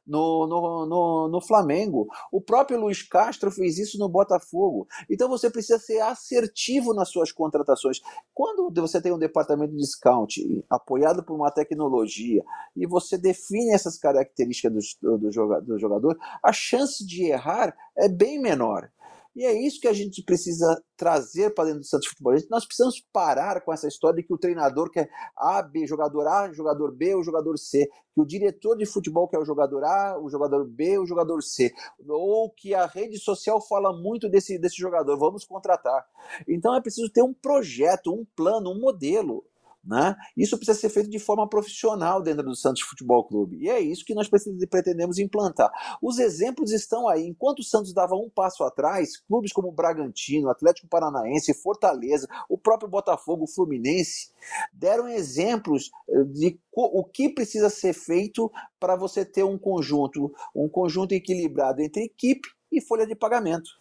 No Flamengo. O próprio Luiz Castro fez isso no Botafogo. Então você precisa ser assertivo nas suas contratações. Quando você tem um departamento de scout apoiado por uma tecnologia e você define essas características do jogador, a chance de errar é bem menor. E é isso que a gente precisa trazer para dentro do Santos Futebol. Nós precisamos parar com essa história de que o treinador quer jogador A, jogador B ou jogador C. Que o diretor de futebol quer o jogador A, o jogador B ou o jogador C. Ou que a rede social fala muito desse jogador, vamos contratar. Então é preciso ter um projeto, um plano, um modelo. Né? Isso precisa ser feito de forma profissional dentro do Santos Futebol Clube. E é isso que nós pretendemos implantar. Os exemplos estão aí. Enquanto o Santos dava um passo atrás, clubes como Bragantino, Atlético Paranaense, Fortaleza, o próprio Botafogo, o Fluminense, deram exemplos de o que precisa ser feito para você ter um conjunto equilibrado entre equipe e folha de pagamento.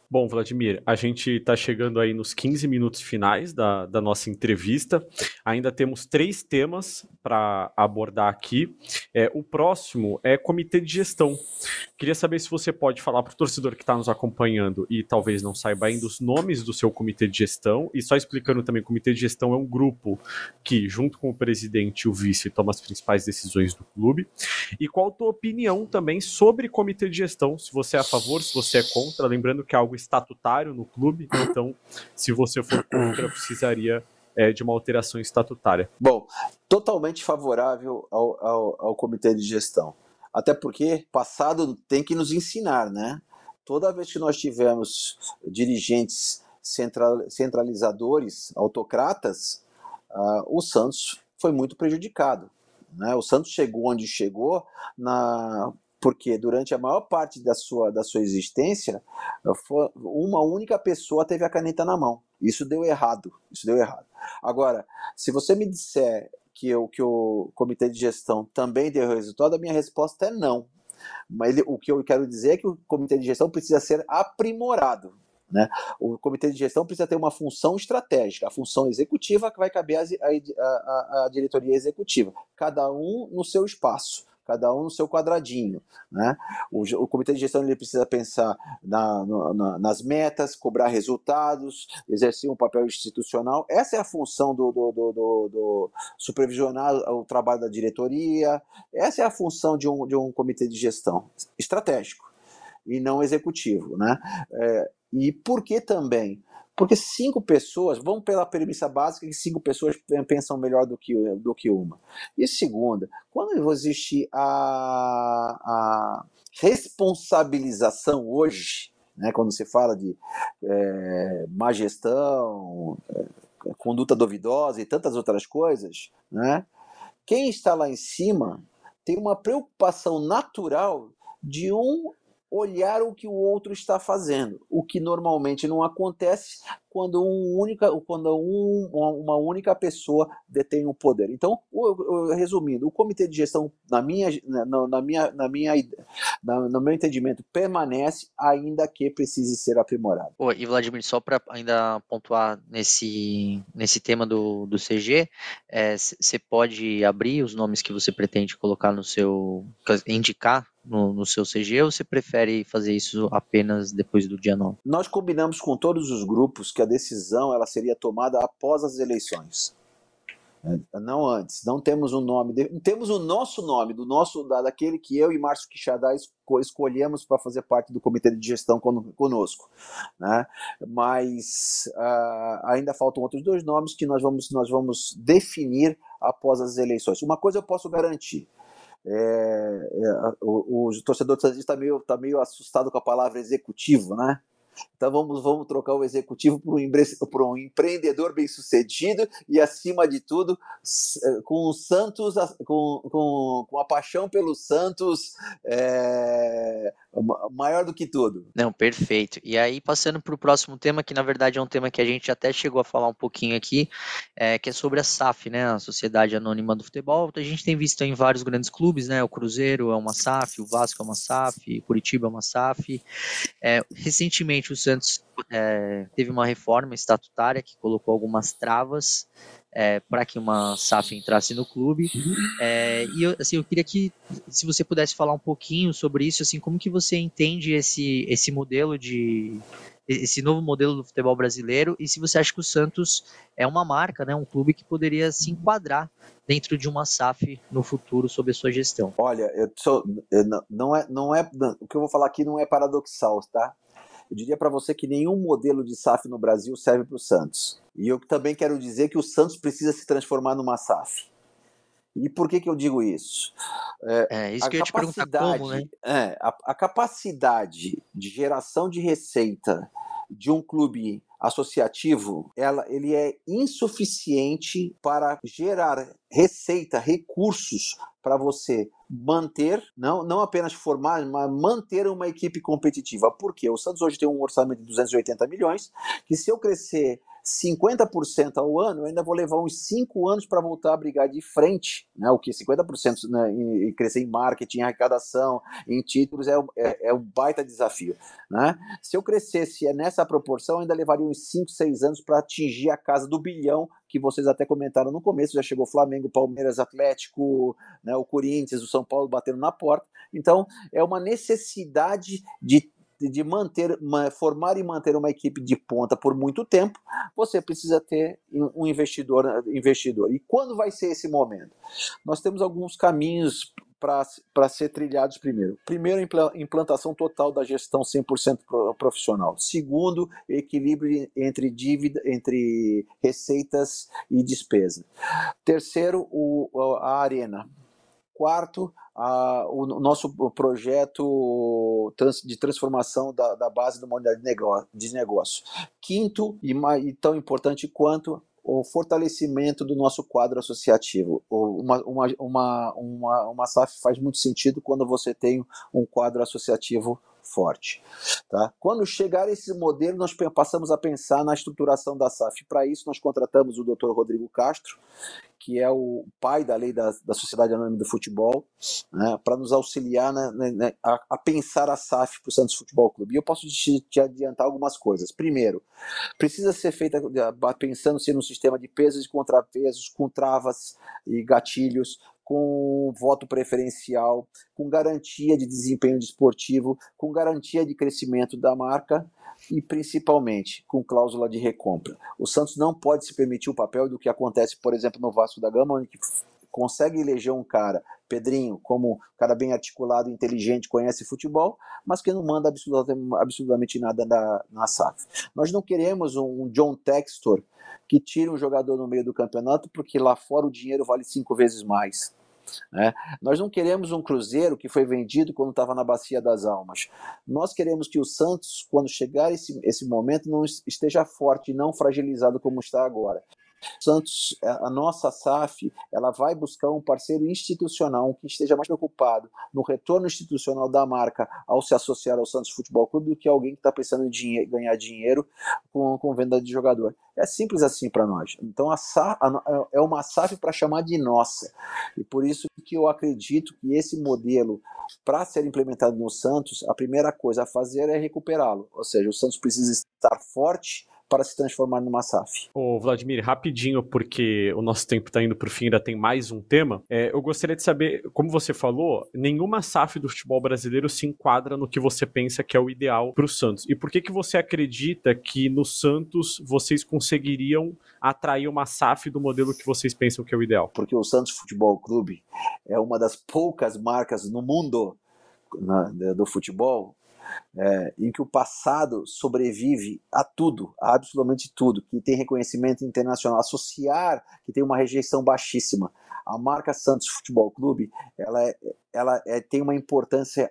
Bom, Vladimir, a gente está chegando aí nos 15 minutos finais da nossa entrevista. Ainda temos 3 temas para abordar aqui. O próximo é comitê de gestão. Queria saber se você pode falar para o torcedor que está nos acompanhando e talvez não saiba ainda os nomes do seu comitê de gestão, e só explicando também, o comitê de gestão é um grupo que, junto com o presidente e o vice, toma as principais decisões do clube. E qual a tua opinião também sobre comitê de gestão, se você é a favor, se você é contra, lembrando que é algo estatutário no clube, então se você for contra, precisaria de uma alteração estatutária. Bom, totalmente favorável ao comitê de gestão. Até porque passado tem que nos ensinar, né? Toda vez que nós tivemos dirigentes centralizadores, autocratas, o Santos foi muito prejudicado, né? O Santos chegou onde chegou porque durante a maior parte da sua existência, uma única pessoa teve a caneta na mão. Isso deu errado. Agora, se você me disser que o comitê de gestão também deu resultado, a minha resposta é não. Mas o que eu quero dizer é que o comitê de gestão precisa ser aprimorado, né? O comitê de gestão precisa ter uma função estratégica, a função executiva que vai caber à diretoria executiva, cada um no seu espaço, cada um no seu quadradinho, né? O comitê de gestão ele precisa pensar nas metas, cobrar resultados, exercer um papel institucional. Essa é a função do supervisionar o trabalho da diretoria. Essa é a função de um comitê de gestão estratégico e não executivo, né? E por que também? Porque 5 pessoas, vão pela premissa básica que 5 pessoas pensam melhor do que uma. E segunda, quando existe a responsabilização hoje, né, quando se fala de má gestão, conduta duvidosa e tantas outras coisas, né, quem está lá em cima tem uma preocupação natural de olhar o que o outro está fazendo, o que normalmente não acontece quando uma única pessoa detém o poder. Então, resumindo, o comitê de gestão, no meu entendimento, permanece, ainda que precise ser aprimorado. E Vladimir, só para ainda pontuar nesse tema do CG, você pode abrir os nomes que você pretende colocar indicar no seu CG, ou você prefere fazer isso apenas depois do dia 9? Nós combinamos com todos os grupos que a decisão ela seria tomada após as eleições, não antes. Não temos um nome, temos o nosso nome, daquele que eu e Márcio Quixadá escolhemos para fazer parte do comitê de gestão conosco, né? Mas ainda faltam outros 2 nomes que nós vamos definir após as eleições. Uma coisa eu posso garantir: o torcedor santista está meio assustado com a palavra executivo, né? Então vamos trocar o executivo por um empreendedor bem-sucedido e, acima de tudo, com o Santos, com a paixão pelo Santos maior do que tudo. Não, perfeito. E aí, passando para o próximo tema, que na verdade é um tema que a gente até chegou a falar um pouquinho aqui, que é sobre a SAF, né, a Sociedade Anônima do Futebol. A gente tem visto em vários grandes clubes, né, o Cruzeiro é uma SAF, o Vasco é uma SAF, Curitiba é uma SAF. Recentemente o Santos teve uma reforma estatutária que colocou algumas travas para que uma SAF entrasse no clube, e eu queria que, se você pudesse falar um pouquinho sobre isso, assim, como que você entende esse modelo esse novo modelo do futebol brasileiro, e se você acha que o Santos é uma marca, né, um clube que poderia se enquadrar dentro de uma SAF no futuro sob a sua gestão. Olha, o que eu vou falar aqui não é paradoxal, tá? Eu diria para você que nenhum modelo de SAF no Brasil serve para o Santos. E eu também quero dizer que o Santos precisa se transformar numa SAF. E por que eu digo isso? Isso que eu ia te perguntar como, né? A capacidade de geração de receita de um clube associativo, ele é insuficiente para gerar receita, recursos para você manter, não apenas formar, mas manter uma equipe competitiva. Por quê? O Santos hoje tem um orçamento de 280 milhões, que se eu crescer 50% ao ano, eu ainda vou levar uns 5 anos para voltar a brigar de frente, né? O que 50%, né, em crescer em marketing, em arrecadação, em títulos, é um baita desafio, né? Se eu crescesse nessa proporção, eu ainda levaria uns 5, 6 anos para atingir a casa do bilhão, que vocês até comentaram no começo, já chegou Flamengo, Palmeiras, Atlético, né, o Corinthians, o São Paulo batendo na porta. Então, é uma necessidade de formar e manter uma equipe de ponta por muito tempo. Você precisa ter um investidor. E quando vai ser esse momento? Nós temos alguns caminhos para ser trilhados primeiro. Primeiro, implantação total da gestão 100% profissional. Segundo, equilíbrio entre dívida, entre receitas e despesa. Terceiro, a arena. Quarto, o nosso projeto de transformação da base da unidade de negócio. Quinto, e tão importante quanto, o fortalecimento do nosso quadro associativo. Uma SAF faz muito sentido quando você tem um quadro associativo forte. Tá? Quando chegar esse modelo, nós passamos a pensar na estruturação da SAF. Para isso, nós contratamos o Dr. Rodrigo Castro, que é o pai da lei da Sociedade Anônima do Futebol, né, para nos auxiliar a pensar a SAF para o Santos Futebol Clube. E eu posso te adiantar algumas coisas. Primeiro, precisa ser feita pensando-se num sistema de pesos e contrapesos, com travas e gatilhos, com voto preferencial, com garantia de desempenho desportivo, com garantia de crescimento da marca e, principalmente, com cláusula de recompra. O Santos não pode se permitir o papel do que acontece, por exemplo, no Vasco da Gama, onde consegue eleger um cara, Pedrinho, como um cara bem articulado, inteligente, conhece futebol, mas que não manda absolutamente nada na SAF. Nós não queremos um John Textor que tire um jogador no meio do campeonato, porque lá fora o dinheiro vale 5 vezes mais. Né? Nós não queremos um Cruzeiro que foi vendido quando estava na Bacia das Almas. Nós queremos que o Santos, quando chegar esse momento, não esteja forte e não fragilizado como está agora. Santos, a nossa SAF, ela vai buscar um parceiro institucional que esteja mais preocupado no retorno institucional da marca ao se associar ao Santos Futebol Clube do que alguém que está pensando em ganhar dinheiro com venda de jogador. É simples assim para nós. Então é uma SAF para chamar de nossa. E por isso que eu acredito que esse modelo, para ser implementado no Santos, a primeira coisa a fazer é recuperá-lo. Ou seja, o Santos precisa estar forte para se transformar numa SAF. Ô Vladimir, rapidinho, porque o nosso tempo está indo para o fim, ainda tem mais um tema. Eu gostaria de saber, como você falou, nenhuma SAF do futebol brasileiro se enquadra no que você pensa que é o ideal para o Santos. E por que você acredita que no Santos vocês conseguiriam atrair uma SAF do modelo que vocês pensam que é o ideal? Porque o Santos Futebol Clube é uma das poucas marcas no mundo do futebol em que o passado sobrevive a tudo, a absolutamente tudo, que tem reconhecimento internacional, associar que tem uma rejeição baixíssima. A marca Santos Futebol Clube, ela tem uma importância,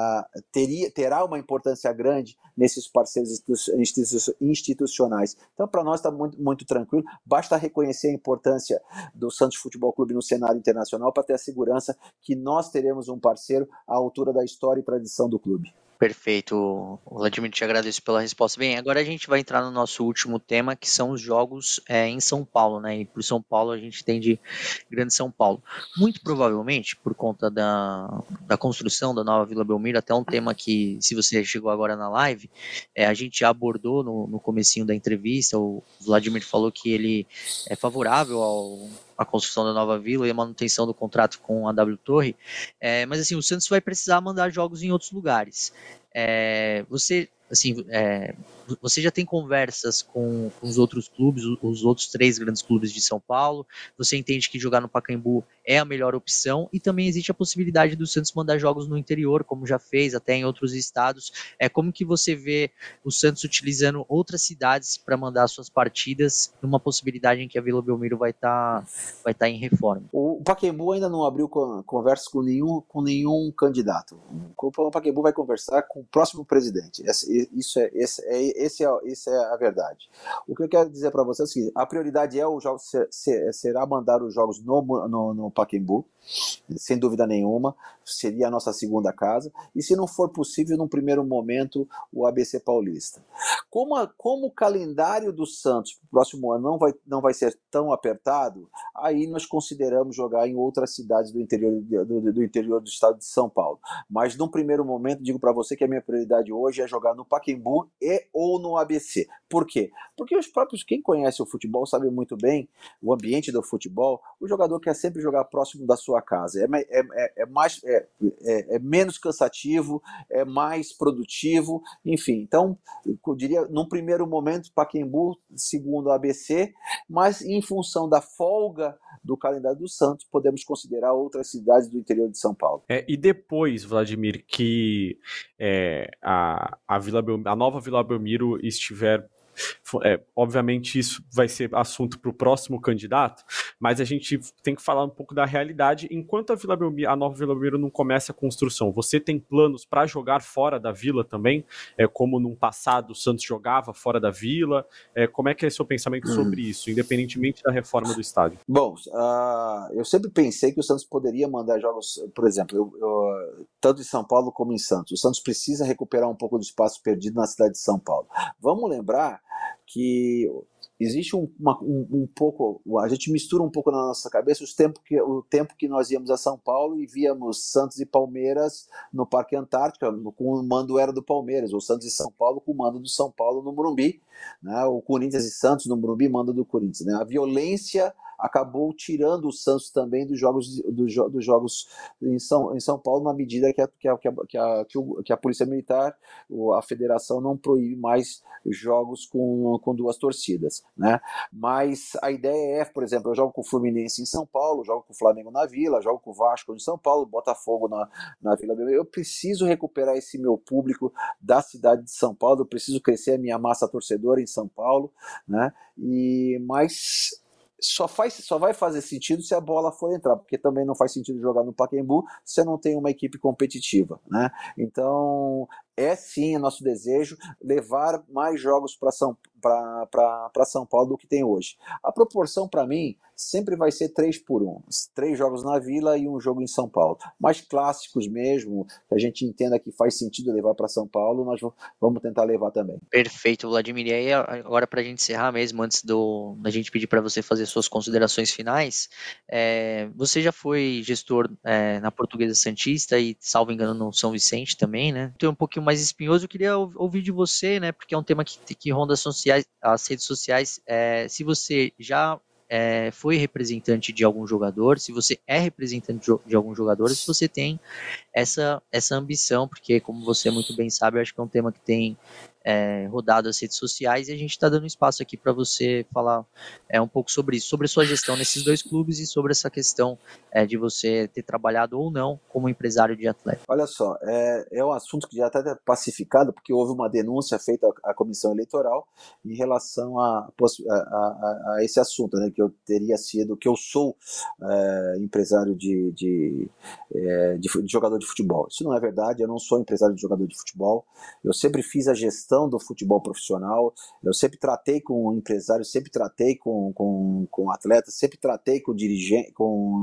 terá uma importância grande nesses parceiros institucionais. Então, para nós está muito, muito tranquilo, basta reconhecer a importância do Santos Futebol Clube no cenário internacional para ter a segurança que nós teremos um parceiro à altura da história e tradição do clube. Perfeito, Vladimir, te agradeço pela resposta. Bem, agora a gente vai entrar no nosso último tema, que são os jogos em São Paulo, né? E por São Paulo a gente tem de Grande São Paulo. Muito provavelmente, por conta da construção da nova Vila Belmiro, até um tema que, se você chegou agora na live, a gente já abordou no comecinho da entrevista. O Vladimir falou que ele é favorável a construção da nova vila e a manutenção do contrato com a W Torre, mas assim, o Santos vai precisar mandar jogos em outros lugares. Você já tem conversas com os outros clubes, os outros 3 grandes clubes de São Paulo? Você entende que jogar no Pacaembu é a melhor opção? E também existe a possibilidade do Santos mandar jogos no interior, como já fez, até em outros estados. Como que você vê o Santos utilizando outras cidades para mandar suas partidas, numa possibilidade em que a Vila Belmiro vai estar em reforma? O Pacaembu ainda não abriu conversas com nenhum candidato. O Pacaembu vai conversar com o próximo presidente. Esse é a verdade. O que eu quero dizer para você é o seguinte: a prioridade será mandar os jogos no Pacaembu, sem dúvida nenhuma, seria a nossa segunda casa, e se não for possível, num primeiro momento, o ABC Paulista. Como o calendário do Santos para o próximo ano não vai ser tão apertado, aí nós consideramos jogar em outras cidades do interior do estado de São Paulo. Mas num primeiro momento, digo para você que a minha prioridade hoje é jogar no Pacaembu ou no ABC. Por quê? Porque quem conhece o futebol sabe muito bem o ambiente do futebol. O jogador quer sempre jogar próximo da sua casa. É menos cansativo, é mais produtivo, enfim. Então, eu diria, num primeiro momento, Pacaembu, segundo ABC, mas em função da folga do calendário do Santos, podemos considerar outras cidades do interior de São Paulo. E depois, Vladimir, que a nova Vila Belmiro estiver... obviamente isso vai ser assunto para o próximo candidato, mas a gente tem que falar um pouco da realidade. Enquanto a nova Vila Belmiro não começa a construção, você tem planos para jogar fora da vila também? Como no passado o Santos jogava fora da vila? Como é que é seu pensamento sobre isso, independentemente da reforma do estádio? Bom, eu sempre pensei que o Santos poderia mandar jogos, por exemplo, tanto em São Paulo como em Santos. O Santos precisa recuperar um pouco do espaço perdido na cidade de São Paulo. Vamos lembrar que existe um pouco, a gente mistura um pouco na nossa cabeça o tempo que nós íamos a São Paulo e víamos Santos e Palmeiras no Parque Antártica, com o mando era do Palmeiras, ou Santos e São Paulo com o mando do São Paulo no Morumbi, né? O Corinthians e Santos no Morumbi, mando do Corinthians, né? A violência acabou tirando o Santos também dos jogos em São Paulo, na medida que a Polícia Militar, a Federação, não proíbe mais jogos com duas torcidas, né? Mas a ideia é, por exemplo, eu jogo com o Fluminense em São Paulo, jogo com o Flamengo na Vila, jogo com o Vasco em São Paulo, Botafogo na Vila Belmiro. Eu preciso recuperar esse meu público da cidade de São Paulo, eu preciso crescer a minha massa torcedora em São Paulo, né? Mas só vai fazer sentido se a bola for entrar, porque também não faz sentido jogar no Pacaembu se você não tem uma equipe competitiva, né? Então, sim nosso desejo levar mais jogos para São Paulo do que tem hoje. A proporção, para mim, sempre vai ser 3-1. 3 jogos na Vila e um jogo em São Paulo. Mais clássicos mesmo, que a gente entenda que faz sentido levar para São Paulo, nós vamos tentar levar também. Perfeito, Vladimir. E aí, agora para a gente encerrar mesmo, antes da gente pedir para você fazer suas considerações finais, você já foi gestor na Portuguesa Santista e, salvo engano, no São Vicente também, né? Então, um pouquinho mais espinhoso, eu queria ouvir de você, né? Porque é um tema que ronda as redes sociais. Se você já foi representante de algum jogador, se você é representante de algum jogador, se você tem essa ambição, porque, como você muito bem sabe, eu acho que é um tema que tem rodado as redes sociais, e a gente está dando espaço aqui para você falar um pouco sobre isso, sobre sua gestão nesses 2 clubes e sobre essa questão de você ter trabalhado ou não como empresário de atleta. Olha só, é um assunto que já está pacificado, porque houve uma denúncia feita à Comissão Eleitoral em relação a esse assunto, né, que eu sou empresário de jogador de futebol. Isso não é verdade, eu não sou empresário de jogador de futebol, eu sempre fiz a gestão do futebol profissional, eu sempre tratei com empresários, sempre tratei com atletas, sempre tratei com dirigentes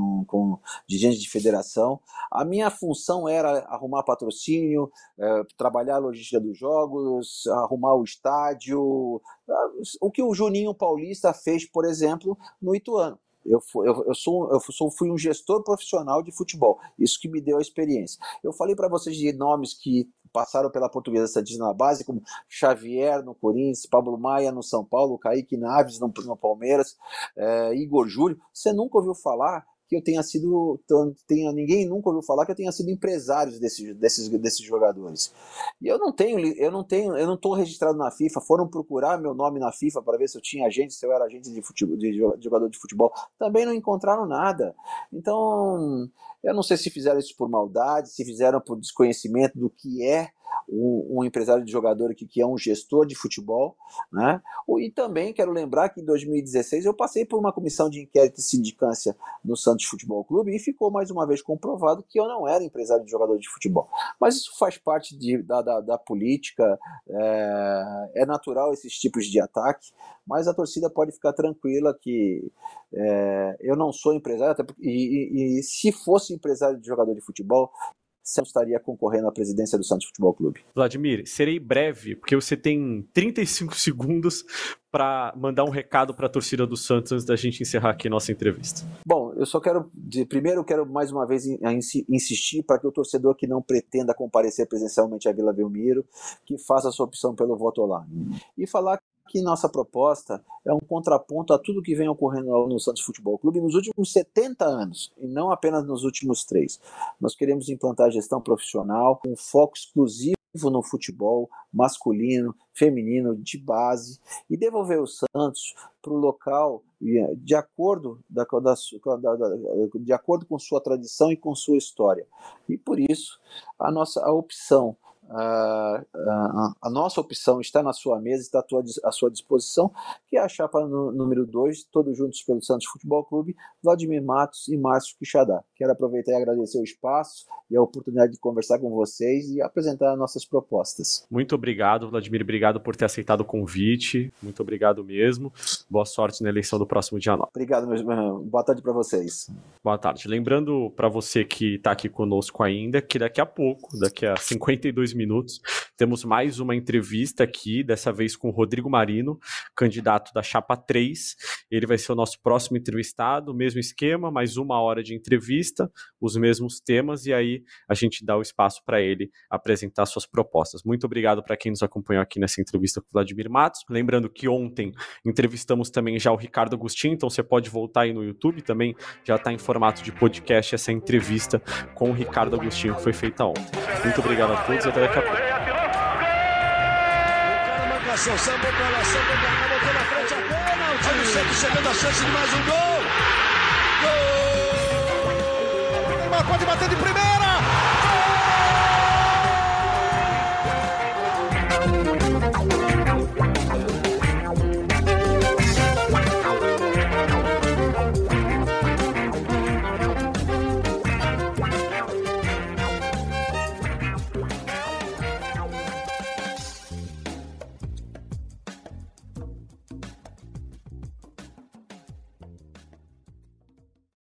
de federação. A minha função era arrumar patrocínio, trabalhar a logística dos jogos, arrumar o estádio, o que o Juninho Paulista fez, por exemplo, no Ituano. Eu fui um gestor profissional de futebol, isso que me deu a experiência. Eu falei para vocês de nomes que passaram pela Portuguesa Santista na base, como Xavier no Corinthians, Pablo Maia no São Paulo, Kaique Naves no Palmeiras, Igor Júlio. Você nunca ouviu falar que eu tenha sido, ninguém nunca ouviu falar que eu tenha sido empresário desses jogadores. E eu não estou registrado na FIFA. Foram procurar meu nome na FIFA para ver se eu tinha agente, se eu era agente de jogador de futebol. Também não encontraram nada. Então, eu não sei se fizeram isso por maldade, se fizeram por desconhecimento do que é um empresário de jogador que é um gestor de futebol, né? E também quero lembrar que em 2016 eu passei por uma comissão de inquérito e sindicância no Santos Futebol Clube e ficou mais uma vez comprovado que eu não era empresário de jogador de futebol. Mas isso faz parte da política, é natural esses tipos de ataque, mas a torcida pode ficar tranquila que eu não sou empresário, até porque, e se fosse empresário de jogador de futebol, eu estaria concorrendo à presidência do Santos Futebol Clube. Vladimir, serei breve, porque você tem 35 segundos para mandar um recado para a torcida do Santos antes da gente encerrar aqui nossa entrevista. Bom, eu só quero mais uma vez insistir para que o torcedor que não pretenda comparecer presencialmente à Vila Belmiro, que faça a sua opção pelo voto online. E falar que nossa proposta é um contraponto a tudo que vem ocorrendo no Santos Futebol Clube nos últimos 70 anos, e não apenas nos últimos 3. Nós queremos implantar a gestão profissional com foco exclusivo no futebol masculino, feminino, de base, e devolver o Santos para o local de acordo com sua tradição e com sua história. E por isso, a nossa opção está na sua mesa, está à sua disposição, que é a chapa número 2, todos juntos pelo Santos Futebol Clube, Vladimir Matos e Márcio Quixadá. Quero aproveitar e agradecer o espaço e a oportunidade de conversar com vocês e apresentar nossas propostas. Muito obrigado, Vladimir, obrigado por ter aceitado o convite, muito obrigado mesmo, boa sorte na eleição do próximo dia 9. Obrigado, boa tarde para vocês. Boa tarde, lembrando para você que está aqui conosco ainda, que daqui a 52 minutos, temos mais uma entrevista aqui, dessa vez com o Rodrigo Marino, candidato da Chapa 3. Ele vai ser o nosso próximo entrevistado, mesmo esquema, mais 1 hora de entrevista, os mesmos temas, e aí a gente dá o espaço para ele apresentar suas propostas. Muito obrigado para quem nos acompanhou aqui nessa entrevista com o Vladimir Matos. Lembrando que ontem entrevistamos também já o Ricardo Agostinho, então você pode voltar aí no YouTube, também já está em formato de podcast essa entrevista com o Ricardo Agostinho que foi feita ontem. Muito obrigado a todos e até daqui a pouco. Olha o Santos chegando a chance de mais um gol! Gol! Neymar pode bater de primeira!